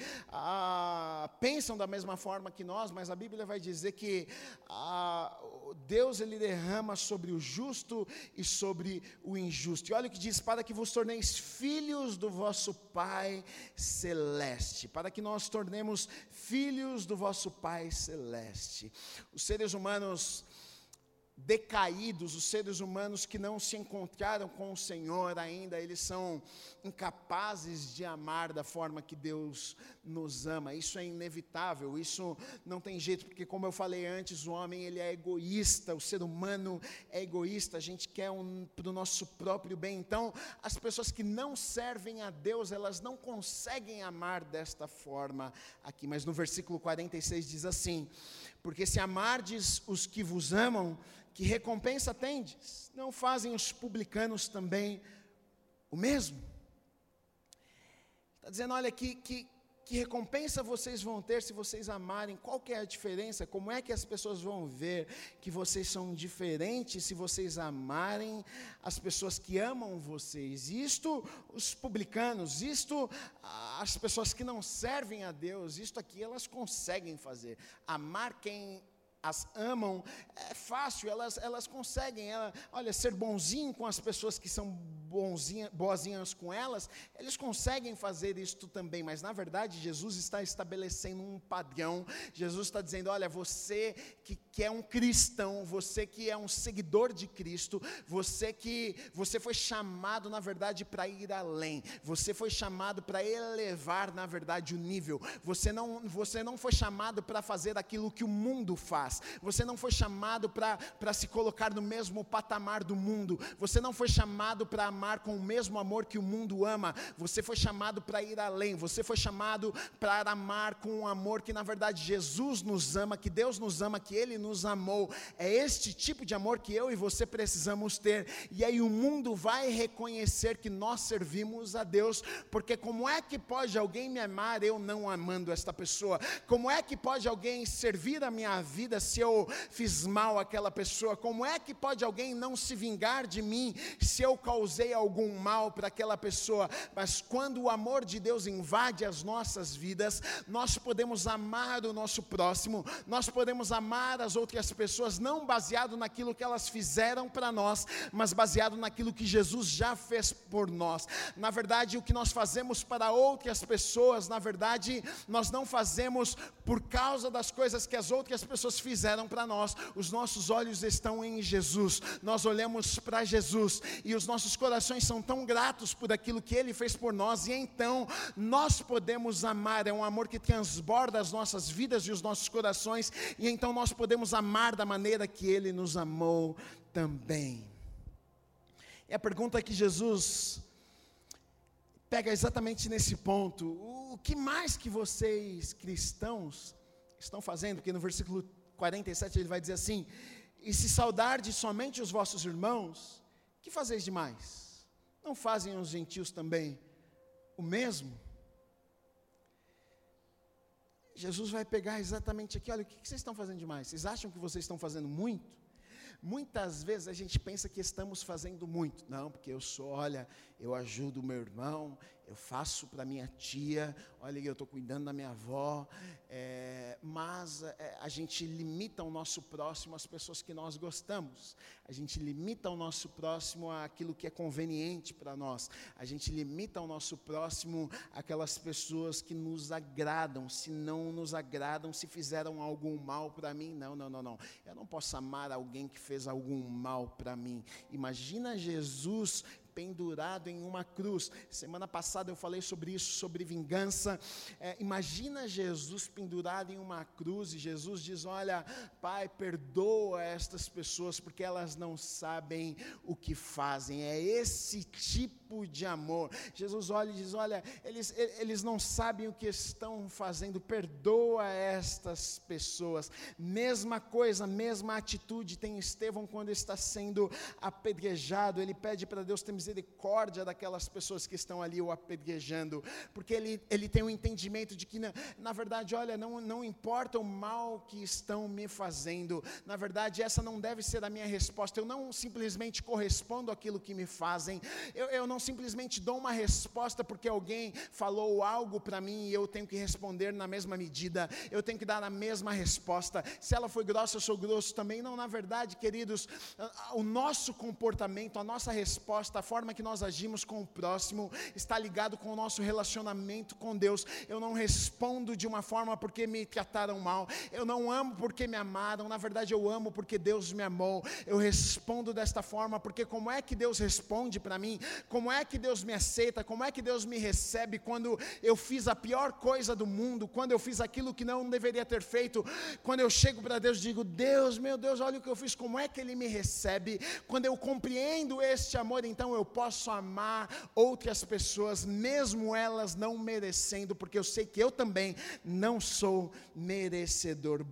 pensam da mesma forma que nós, mas a Bíblia vai dizer que Deus, Ele derrama sobre o justo e sobre o injusto. E olha o que diz, para que vos torneis filhos do vosso Pai Celeste, para que nós tornemos filhos do vosso Pai Celeste. Os seres humanos decaídos, os seres humanos que não se encontraram com o Senhor ainda, eles são incapazes de amar da forma que Deus nos ama. Isso é inevitável, isso não tem jeito, porque como eu falei antes, o homem ele é egoísta, o ser humano é egoísta, a gente quer para o nosso próprio bem. Então, as pessoas que não servem a Deus, elas não conseguem amar desta forma aqui. Mas no versículo 46 diz assim, porque se amardes os que vos amam, que recompensa tendes? Não fazem os publicanos também o mesmo? Está dizendo, olha, que Que recompensa vocês vão ter se vocês amarem? Qual que é a diferença? Como é que as pessoas vão ver que vocês são diferentes se vocês amarem as pessoas que amam vocês? Isto os publicanos, isto as pessoas que não servem a Deus, isto aqui elas conseguem fazer. Amar quem as amam é fácil, elas conseguem, olha, ser bonzinho com as pessoas que são boazinhas com elas, eles conseguem fazer isto também, mas na verdade Jesus está estabelecendo um padrão. Jesus está dizendo, olha, você que é um cristão, você que é um seguidor de Cristo, você foi chamado na verdade para ir além, você foi chamado para elevar na verdade o nível, você não foi chamado para fazer aquilo que o mundo faz, você não foi chamado para se colocar no mesmo patamar do mundo, você não foi chamado para amar com o mesmo amor que o mundo ama, você foi chamado para ir além, você foi chamado para amar com um amor que na verdade Jesus nos ama, que Deus nos ama, que Ele nos amou. É este tipo de amor que eu e você precisamos ter, e aí o mundo vai reconhecer que nós servimos a Deus, porque como é que pode alguém me amar eu não amando esta pessoa? Como é que pode alguém servir a minha vida se eu fiz mal àquela pessoa? Como é que pode alguém não se vingar de mim se eu causei algum mal para aquela pessoa? Mas quando o amor de Deus invade as nossas vidas, nós podemos amar o nosso próximo, nós podemos amar as outras pessoas, não baseado naquilo que elas fizeram para nós, mas baseado naquilo que Jesus já fez por nós. Na verdade, o que nós fazemos para outras pessoas, na verdade, nós não fazemos por causa das coisas que as outras pessoas fizeram para nós. Os nossos olhos estão em Jesus, nós olhamos para Jesus, e os nossos corações são tão gratos por aquilo que Ele fez por nós, e então nós podemos amar. É um amor que transborda as nossas vidas e os nossos corações, e então nós podemos amar da maneira que Ele nos amou também. E a pergunta que Jesus pega exatamente nesse ponto: o que mais que vocês cristãos estão fazendo? Porque no versículo 47 ele vai dizer assim: e se saudardes somente os vossos irmãos, que fazeis demais? Não fazem os gentios também o mesmo? Jesus vai pegar exatamente aqui, olha, o que vocês estão fazendo demais? Vocês acham que vocês estão fazendo muito? Muitas vezes a gente pensa que estamos fazendo muito. Não, porque eu ajudo o meu irmão, eu faço para minha tia, olha, eu estou cuidando da minha avó, mas a gente limita o nosso próximo às pessoas que nós gostamos, a gente limita o nosso próximo àquilo que é conveniente para nós, a gente limita o nosso próximo àquelas pessoas que nos agradam. Se não nos agradam, se fizeram algum mal para mim, não, eu não posso amar alguém que fez algum mal para mim. Imagina Jesus pendurado em uma cruz. Semana passada eu falei sobre isso, sobre vingança. Imagina Jesus pendurado em uma cruz, e Jesus diz: olha, Pai, perdoa estas pessoas, porque elas não sabem o que fazem. É esse tipo de amor. Jesus olha e diz: olha, eles não sabem o que estão fazendo, perdoa estas pessoas. Mesma coisa, mesma atitude tem Estevão quando está sendo apedrejado. Ele pede para Deus ter misericórdia daquelas pessoas que estão ali o apedrejando, porque ele tem um entendimento de que na verdade, olha, não importa o mal que estão me fazendo, na verdade essa não deve ser a minha resposta. Eu não simplesmente correspondo àquilo que me fazem, eu não simplesmente dou uma resposta porque alguém falou algo para mim e eu tenho que responder na mesma medida, eu tenho que dar a mesma resposta. Se ela foi grossa, eu sou grosso também. Não, na verdade, queridos, o nosso comportamento, a nossa resposta, a forma que nós agimos com o próximo está ligado com o nosso relacionamento com Deus. Eu não respondo de uma forma porque me trataram mal, eu não amo porque me amaram, na verdade eu amo porque Deus me amou. Eu respondo desta forma porque como é que Deus responde para mim? Como é que Deus me aceita? Como é que Deus me recebe quando eu fiz a pior coisa do mundo, quando eu fiz aquilo que não deveria ter feito? Quando eu chego para Deus e digo: Deus, meu Deus, olha o que eu fiz, como é que Ele me recebe? Quando eu compreendo este amor, então eu posso amar outras pessoas, mesmo elas não merecendo, porque eu sei que eu também não sou merecedor.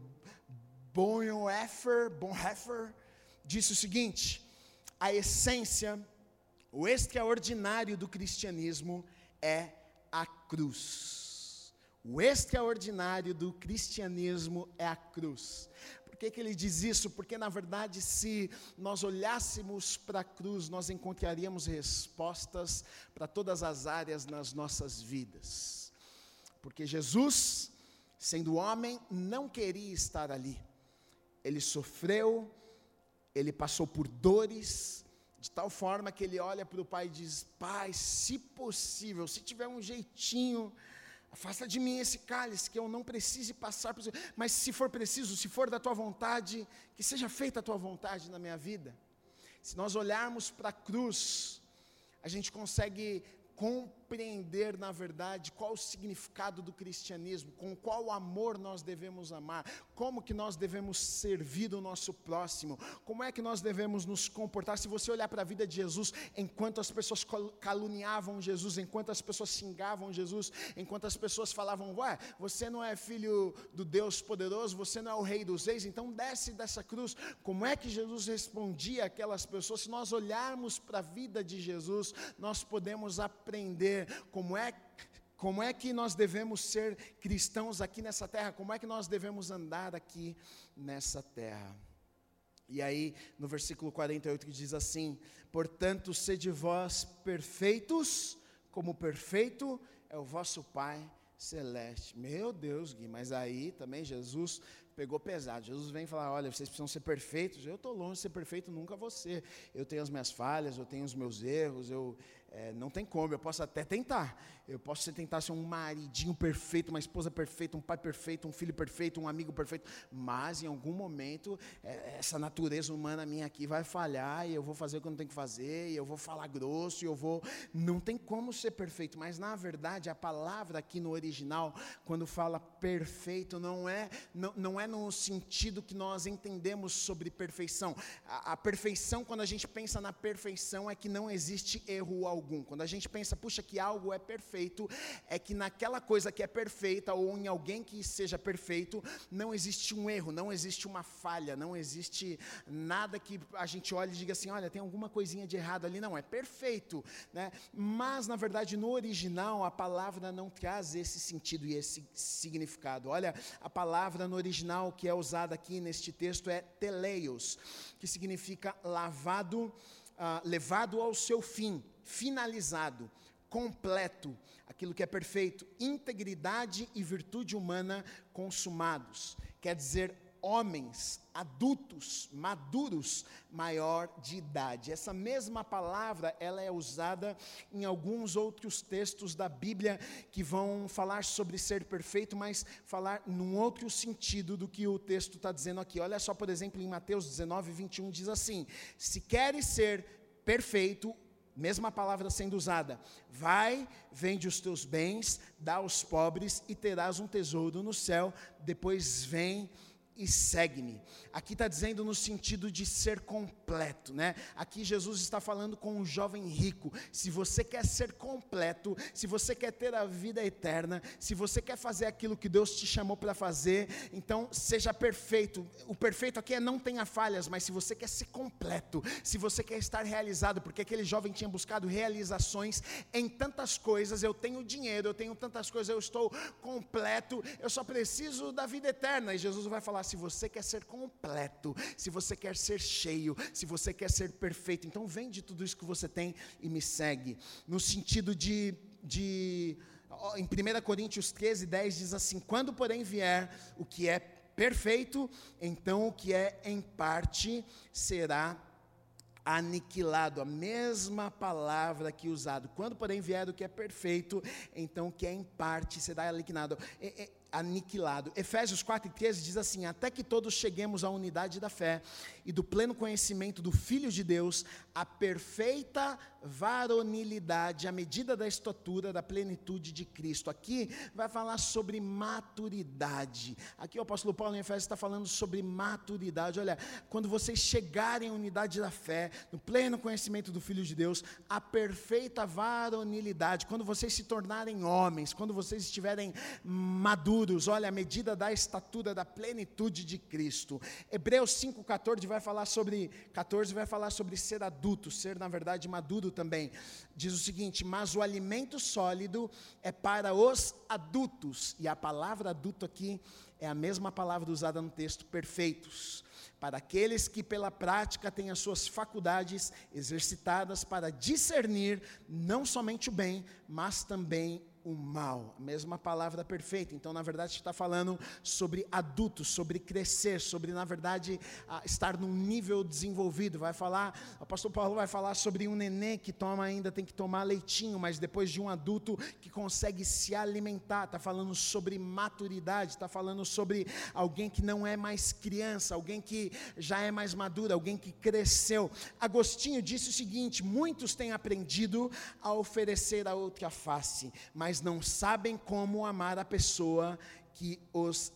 Bonhoeffer disse o seguinte: a essência, o extraordinário do cristianismo é a cruz. O extraordinário do cristianismo é a cruz. Por que ele diz isso? Porque, na verdade, se nós olhássemos para a cruz, nós encontraríamos respostas para todas as áreas nas nossas vidas. Porque Jesus, sendo homem, não queria estar ali. Ele sofreu, ele passou por dores, de tal forma que ele olha para o Pai e diz: Pai, se possível, se tiver um jeitinho, afasta de mim esse cálice, que eu não precise passar por isso, mas se for preciso, se for da tua vontade, que seja feita a tua vontade na minha vida. Se nós olharmos para a cruz, a gente consegue compreender, na verdade, qual o significado do cristianismo, com qual amor nós devemos amar, como que nós devemos servir o nosso próximo, como é que nós devemos nos comportar. Se você olhar para a vida de Jesus, enquanto as pessoas caluniavam Jesus, enquanto as pessoas xingavam Jesus, enquanto as pessoas falavam: ué, você não é filho do Deus poderoso, você não é o rei dos reis, então desce dessa cruz. Como é que Jesus respondia àquelas pessoas? Se nós olharmos para a vida de Jesus, nós podemos aprender como é que nós devemos ser cristãos aqui nessa terra, como é que nós devemos andar aqui nessa terra. E aí, no versículo 48, que diz assim: portanto, sede vós perfeitos, como perfeito é o vosso Pai celeste. Meu Deus, Gui, mas aí também Jesus pegou pesado. Jesus vem falar: olha, vocês precisam ser perfeitos. Eu estou longe de ser perfeito, nunca vou ser. Eu tenho as minhas falhas, eu tenho os meus erros, não tem como, eu posso até tentar. Eu posso tentar ser um maridinho perfeito, uma esposa perfeita, um pai perfeito, um filho perfeito, um amigo perfeito, mas em algum momento, essa natureza humana minha aqui vai falhar, e eu vou fazer o que eu não tenho que fazer, e eu vou falar grosso, não tem como ser perfeito. Mas na verdade, a palavra aqui no original, quando fala perfeito, não é no sentido que nós entendemos sobre perfeição. A perfeição, quando a gente pensa na perfeição, é que não existe erro algum. Quando a gente pensa, puxa, que algo é perfeito, é que naquela coisa que é perfeita, ou em alguém que seja perfeito, não existe um erro, não existe uma falha, não existe nada que a gente olhe e diga assim: olha, tem alguma coisinha de errado ali. Não, é perfeito, né? Mas na verdade, no original, a palavra não traz esse sentido e esse significado. Olha, a palavra no original que é usada aqui neste texto é teleios, que significa levado ao seu fim, finalizado, completo, aquilo que é perfeito, integridade e virtude humana consumados. Quer dizer, homens, adultos, maduros, maior de idade. Essa mesma palavra, ela é usada em alguns outros textos da Bíblia que vão falar sobre ser perfeito, mas falar num outro sentido do que o texto está dizendo aqui. Olha só, por exemplo, em Mateus 19, 21, diz assim: se queres ser perfeito, mesma palavra sendo usada, vai, vende os teus bens, dá aos pobres e terás um tesouro no céu, depois vem e segue-me. Aqui está dizendo no sentido de ser completo, né? Aqui Jesus está falando com um jovem rico. Se você quer ser completo, se você quer ter a vida eterna, se você quer fazer aquilo que Deus te chamou para fazer, então seja perfeito. O perfeito aqui é não tenha falhas, mas se você quer ser completo, se você quer estar realizado, porque aquele jovem tinha buscado realizações em tantas coisas. Eu tenho dinheiro, eu tenho tantas coisas, eu estou completo, eu só preciso da vida eterna. E Jesus vai falar: se você quer ser completo, se você quer ser cheio, se você quer ser perfeito, então vende tudo isso que você tem e me segue. No sentido em 1 Coríntios 13, 10 diz assim: quando porém vier o que é perfeito, então o que é em parte será aniquilado. A mesma palavra aqui usada. Quando porém vier o que é perfeito, então o que é em parte será aniquilado. Efésios 4:13 diz assim: até que todos cheguemos à unidade da fé e do pleno conhecimento do Filho de Deus, a perfeita varonilidade, à medida da estatura da plenitude de Cristo. Aqui vai falar sobre maturidade. Aqui o apóstolo Paulo em Efésios está falando sobre maturidade. Olha, quando vocês chegarem à unidade da fé, no pleno conhecimento do Filho de Deus, a perfeita varonilidade, quando vocês se tornarem homens, quando vocês estiverem maduros, maduros. Olha, a medida da estatura, da plenitude de Cristo. Hebreus 5,14 vai falar sobre ser adulto, ser na verdade maduro também. Diz o seguinte: mas o alimento sólido é para os adultos. E a palavra adulto aqui é a mesma palavra usada no texto, perfeitos. Para aqueles que pela prática têm as suas faculdades exercitadas para discernir não somente o bem, mas também o mal. A mesma palavra perfeita. Então, na verdade, está falando sobre adultos, sobre crescer, sobre, na verdade, estar num nível desenvolvido. O apóstolo Paulo vai falar sobre um nenê que tem que tomar leitinho, mas depois de um adulto que consegue se alimentar. Está falando sobre maturidade, está falando sobre alguém que não é mais criança, alguém que já é mais maduro, alguém que cresceu. Agostinho disse o seguinte: muitos têm aprendido a oferecer a outra face, mas não sabem como amar a pessoa que os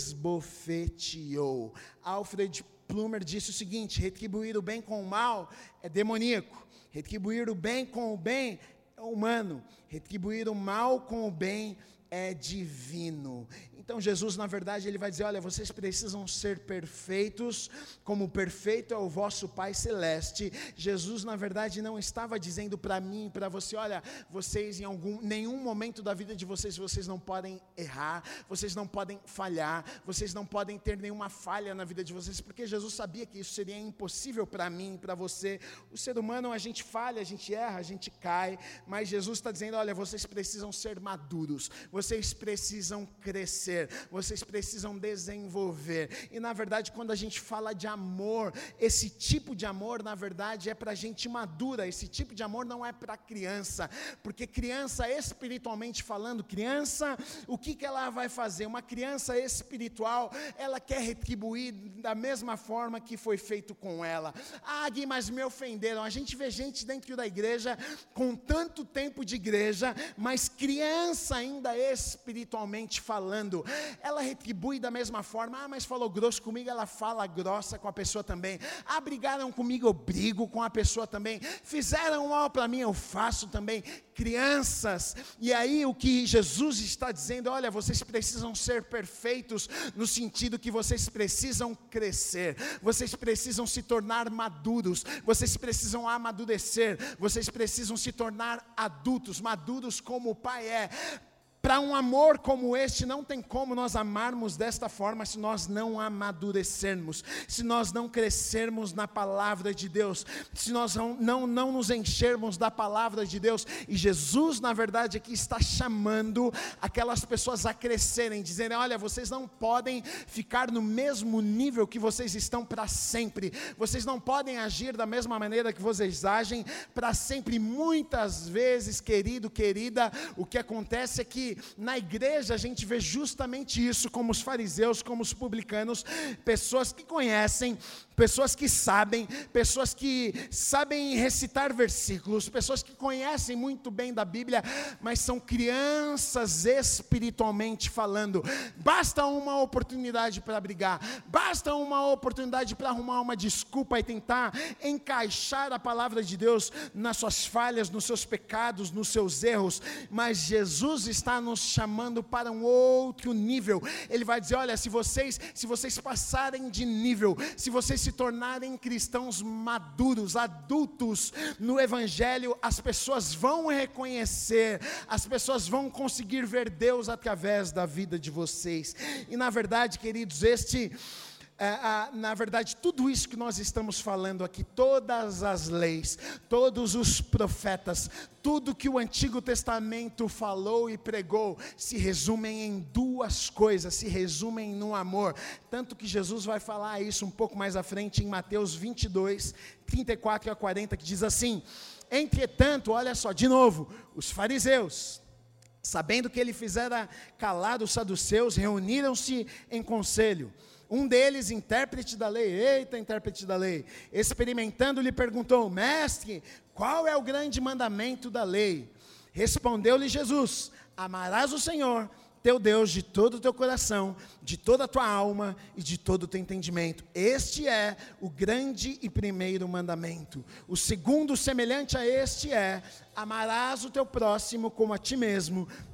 esbofeteou. Alfred Plummer disse o seguinte: retribuir o bem com o mal é demoníaco, retribuir o bem com o bem é humano, retribuir o mal com o bem é divino. Então Jesus, na verdade, ele vai dizer: olha, vocês precisam ser perfeitos, como perfeito é o vosso Pai Celeste. Jesus, na verdade, não estava dizendo para mim, para você: olha, vocês em nenhum momento da vida de vocês não podem errar, vocês não podem falhar, vocês não podem ter nenhuma falha na vida de vocês, porque Jesus sabia que isso seria impossível para mim, para você. O ser humano, a gente falha, a gente erra, a gente cai, mas Jesus está dizendo: olha, vocês precisam ser maduros, vocês precisam crescer, vocês precisam desenvolver. E na verdade, quando a gente fala de amor, esse tipo de amor, na verdade, é para gente madura. Esse tipo de amor não é para criança, porque criança, espiritualmente falando, criança, o que ela vai fazer? Uma criança espiritual, ela quer retribuir da mesma forma que foi feito com ela. Ah, Gui, mas me ofenderam. A gente vê gente dentro da igreja com tanto tempo de igreja, mas criança ainda espiritualmente falando, ela retribui da mesma forma. Ah, mas falou grosso comigo, ela fala grossa com a pessoa também. Ah, brigaram comigo, eu brigo com a pessoa também. Fizeram mal para mim, eu faço também. Crianças. E aí o que Jesus está dizendo: olha, vocês precisam ser perfeitos, no sentido que vocês precisam crescer, vocês precisam se tornar maduros, vocês precisam amadurecer, vocês precisam se tornar adultos, maduros como o Pai é. Para um amor como este, não tem como nós amarmos desta forma se nós não amadurecermos, se nós não crescermos na palavra de Deus, se nós não nos enchermos da palavra de Deus. E Jesus, na verdade, aqui está chamando aquelas pessoas a crescerem, dizendo: olha, vocês não podem ficar no mesmo nível que vocês estão para sempre, vocês não podem agir da mesma maneira que vocês agem para sempre. Muitas vezes, querido, querida, o que acontece é que na igreja a gente vê justamente isso, como os fariseus, como os publicanos, pessoas que conhecem, pessoas que sabem recitar versículos, pessoas que conhecem muito bem da Bíblia, mas são crianças espiritualmente falando. Basta uma oportunidade para brigar, basta uma oportunidade para arrumar uma desculpa e tentar encaixar a palavra de Deus nas suas falhas, nos seus pecados, nos seus erros. Mas Jesus está nos chamando para um outro nível. Ele vai dizer: olha, se vocês passarem de nível, se vocês se tornarem cristãos maduros, adultos no Evangelho, as pessoas vão reconhecer, as pessoas vão conseguir ver Deus através da vida de vocês. E na verdade, queridos, na verdade, tudo isso que nós estamos falando aqui, todas as leis, todos os profetas, tudo que o Antigo Testamento falou e pregou, se resumem em duas coisas, se resumem no amor. Tanto que Jesus vai falar isso um pouco mais à frente em Mateus 22, 34 a 40, que diz assim: entretanto, olha só, de novo, os fariseus, sabendo que ele fizera calar os saduceus, reuniram-se em conselho. Um deles, intérprete da lei, experimentando, lhe perguntou: mestre, qual é o grande mandamento da lei? Respondeu-lhe Jesus: amarás o Senhor teu Deus de todo o teu coração, de toda a tua alma e de todo o teu entendimento. Este é o grande e primeiro mandamento. O segundo, semelhante a este, é: amarás o teu próximo como a ti mesmo.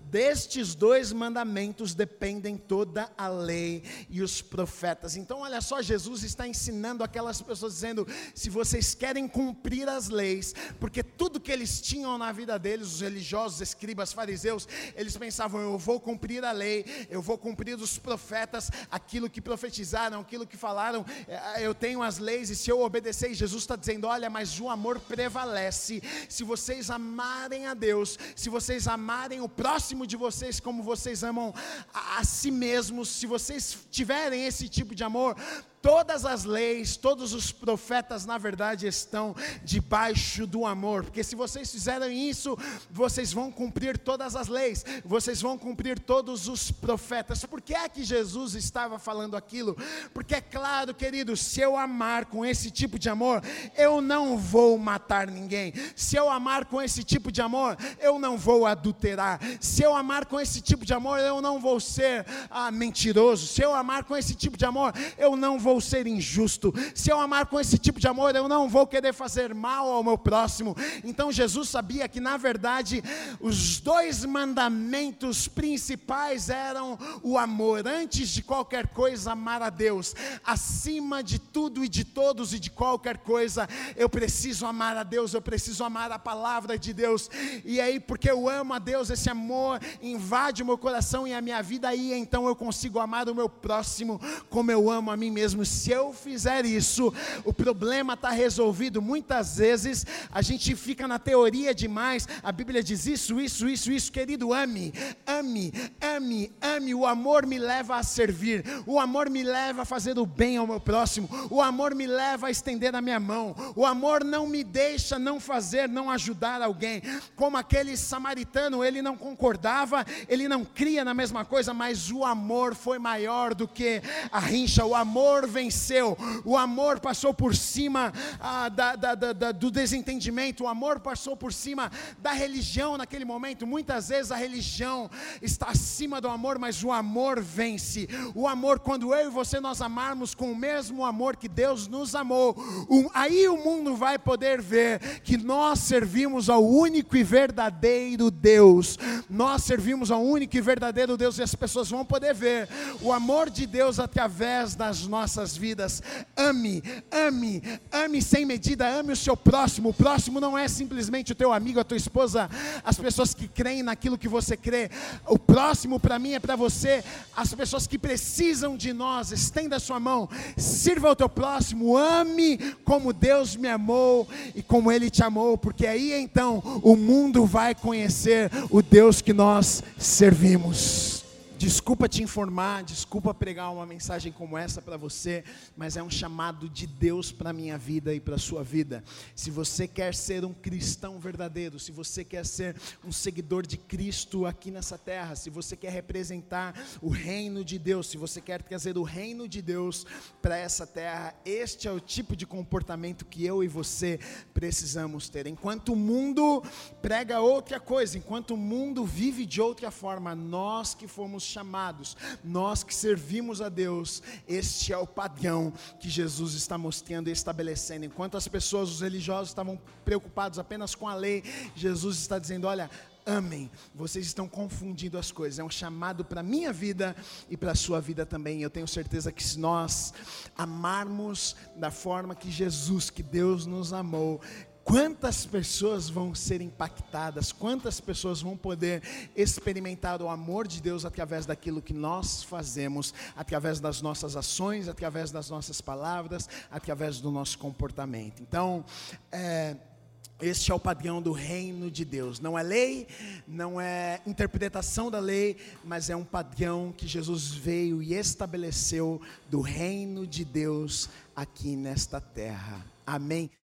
destes 2 mandamentos dependem toda a lei e os profetas. Então olha só, Jesus está ensinando aquelas pessoas dizendo, se vocês querem cumprir as leis, porque tudo que eles tinham na vida deles, os religiosos, escribas, fariseus, eles pensavam, eu vou cumprir a lei, eu vou cumprir os profetas, aquilo que profetizaram, aquilo que falaram, eu tenho as leis e se eu obedecer, Jesus está dizendo, olha, mas o amor prevalece, se vocês amarem a Deus, se vocês amarem o próximo de vocês como vocês amam a si mesmos, se vocês tiverem esse tipo de amor, todas as leis, todos os profetas na verdade estão debaixo do amor, porque se vocês fizerem isso, vocês vão cumprir todas as leis, vocês vão cumprir todos os profetas. Por que é que Jesus estava falando aquilo? Porque é claro, queridos, se eu amar com esse tipo de amor, eu não vou matar ninguém. Se eu amar com esse tipo de amor, eu não vou adulterar. Se eu amar com esse tipo de amor, eu não vou ser mentiroso. Se eu amar com esse tipo de amor, eu não vou ser injusto. Se eu amar com esse tipo de amor, eu não vou querer fazer mal ao meu próximo. Então Jesus sabia que na verdade os 2 mandamentos principais eram o amor. Antes de qualquer coisa, amar a Deus. Acima de tudo e de todos e de qualquer coisa, eu preciso amar a Deus, eu preciso amar a palavra de Deus. E aí, porque eu amo a Deus, esse amor invade o meu coração e a minha vida, aí então eu consigo amar o meu próximo como eu amo a mim mesmo. Se eu fizer isso, o problema está resolvido. Muitas vezes a gente fica na teoria demais. A Bíblia diz isso, querido, ame, o amor me leva a servir, o amor me leva a fazer o bem ao meu próximo, o amor me leva a estender a minha mão, o amor não me deixa não fazer, não ajudar alguém, como aquele samaritano, ele não concordava, ele não cria na mesma coisa, mas o amor foi maior do que a rincha, o amor venceu, o amor passou por cima do desentendimento, o amor passou por cima da religião naquele momento. Muitas vezes a religião está acima do amor, mas o amor vence. O amor, quando eu e você nós amarmos com o mesmo amor que Deus nos amou, aí o mundo vai poder ver que nós servimos ao único e verdadeiro Deus. Nós servimos ao único e verdadeiro Deus, e as pessoas vão poder ver o amor de Deus através das nossas vidas. Ame sem medida, ame o seu próximo. O próximo não é simplesmente o teu amigo, a tua esposa, as pessoas que creem naquilo que você crê. O próximo para mim é para você, as pessoas que precisam de nós. Estenda a sua mão, sirva ao teu próximo, ame como Deus me amou e como Ele te amou, porque aí então o mundo vai conhecer o Deus que nós servimos. Desculpa te informar, desculpa pregar uma mensagem como essa para você, mas é um chamado de Deus para a minha vida e para a sua vida. Se você quer ser um cristão verdadeiro, se você quer ser um seguidor de Cristo aqui nessa terra, se você quer representar o reino de Deus, se você quer trazer o reino de Deus para essa terra, este é o tipo de comportamento que eu e você precisamos ter. Enquanto o mundo prega outra coisa, enquanto o mundo vive de outra forma, nós que fomos chamados, nós que servimos a Deus, este é o padrão que Jesus está mostrando e estabelecendo. Enquanto as pessoas, os religiosos estavam preocupados apenas com a lei, Jesus está dizendo, olha, amem, vocês estão confundindo as coisas, é um chamado para a minha vida e para a sua vida também. Eu tenho certeza que se nós amarmos da forma que Jesus, que Deus nos amou, quantas pessoas vão ser impactadas, quantas pessoas vão poder experimentar o amor de Deus através daquilo que nós fazemos, através das nossas ações, através das nossas palavras, através do nosso comportamento. Então, este é o padrão do reino de Deus. Não é lei, não é interpretação da lei, mas é um padrão que Jesus veio e estabeleceu do reino de Deus aqui nesta terra. Amém.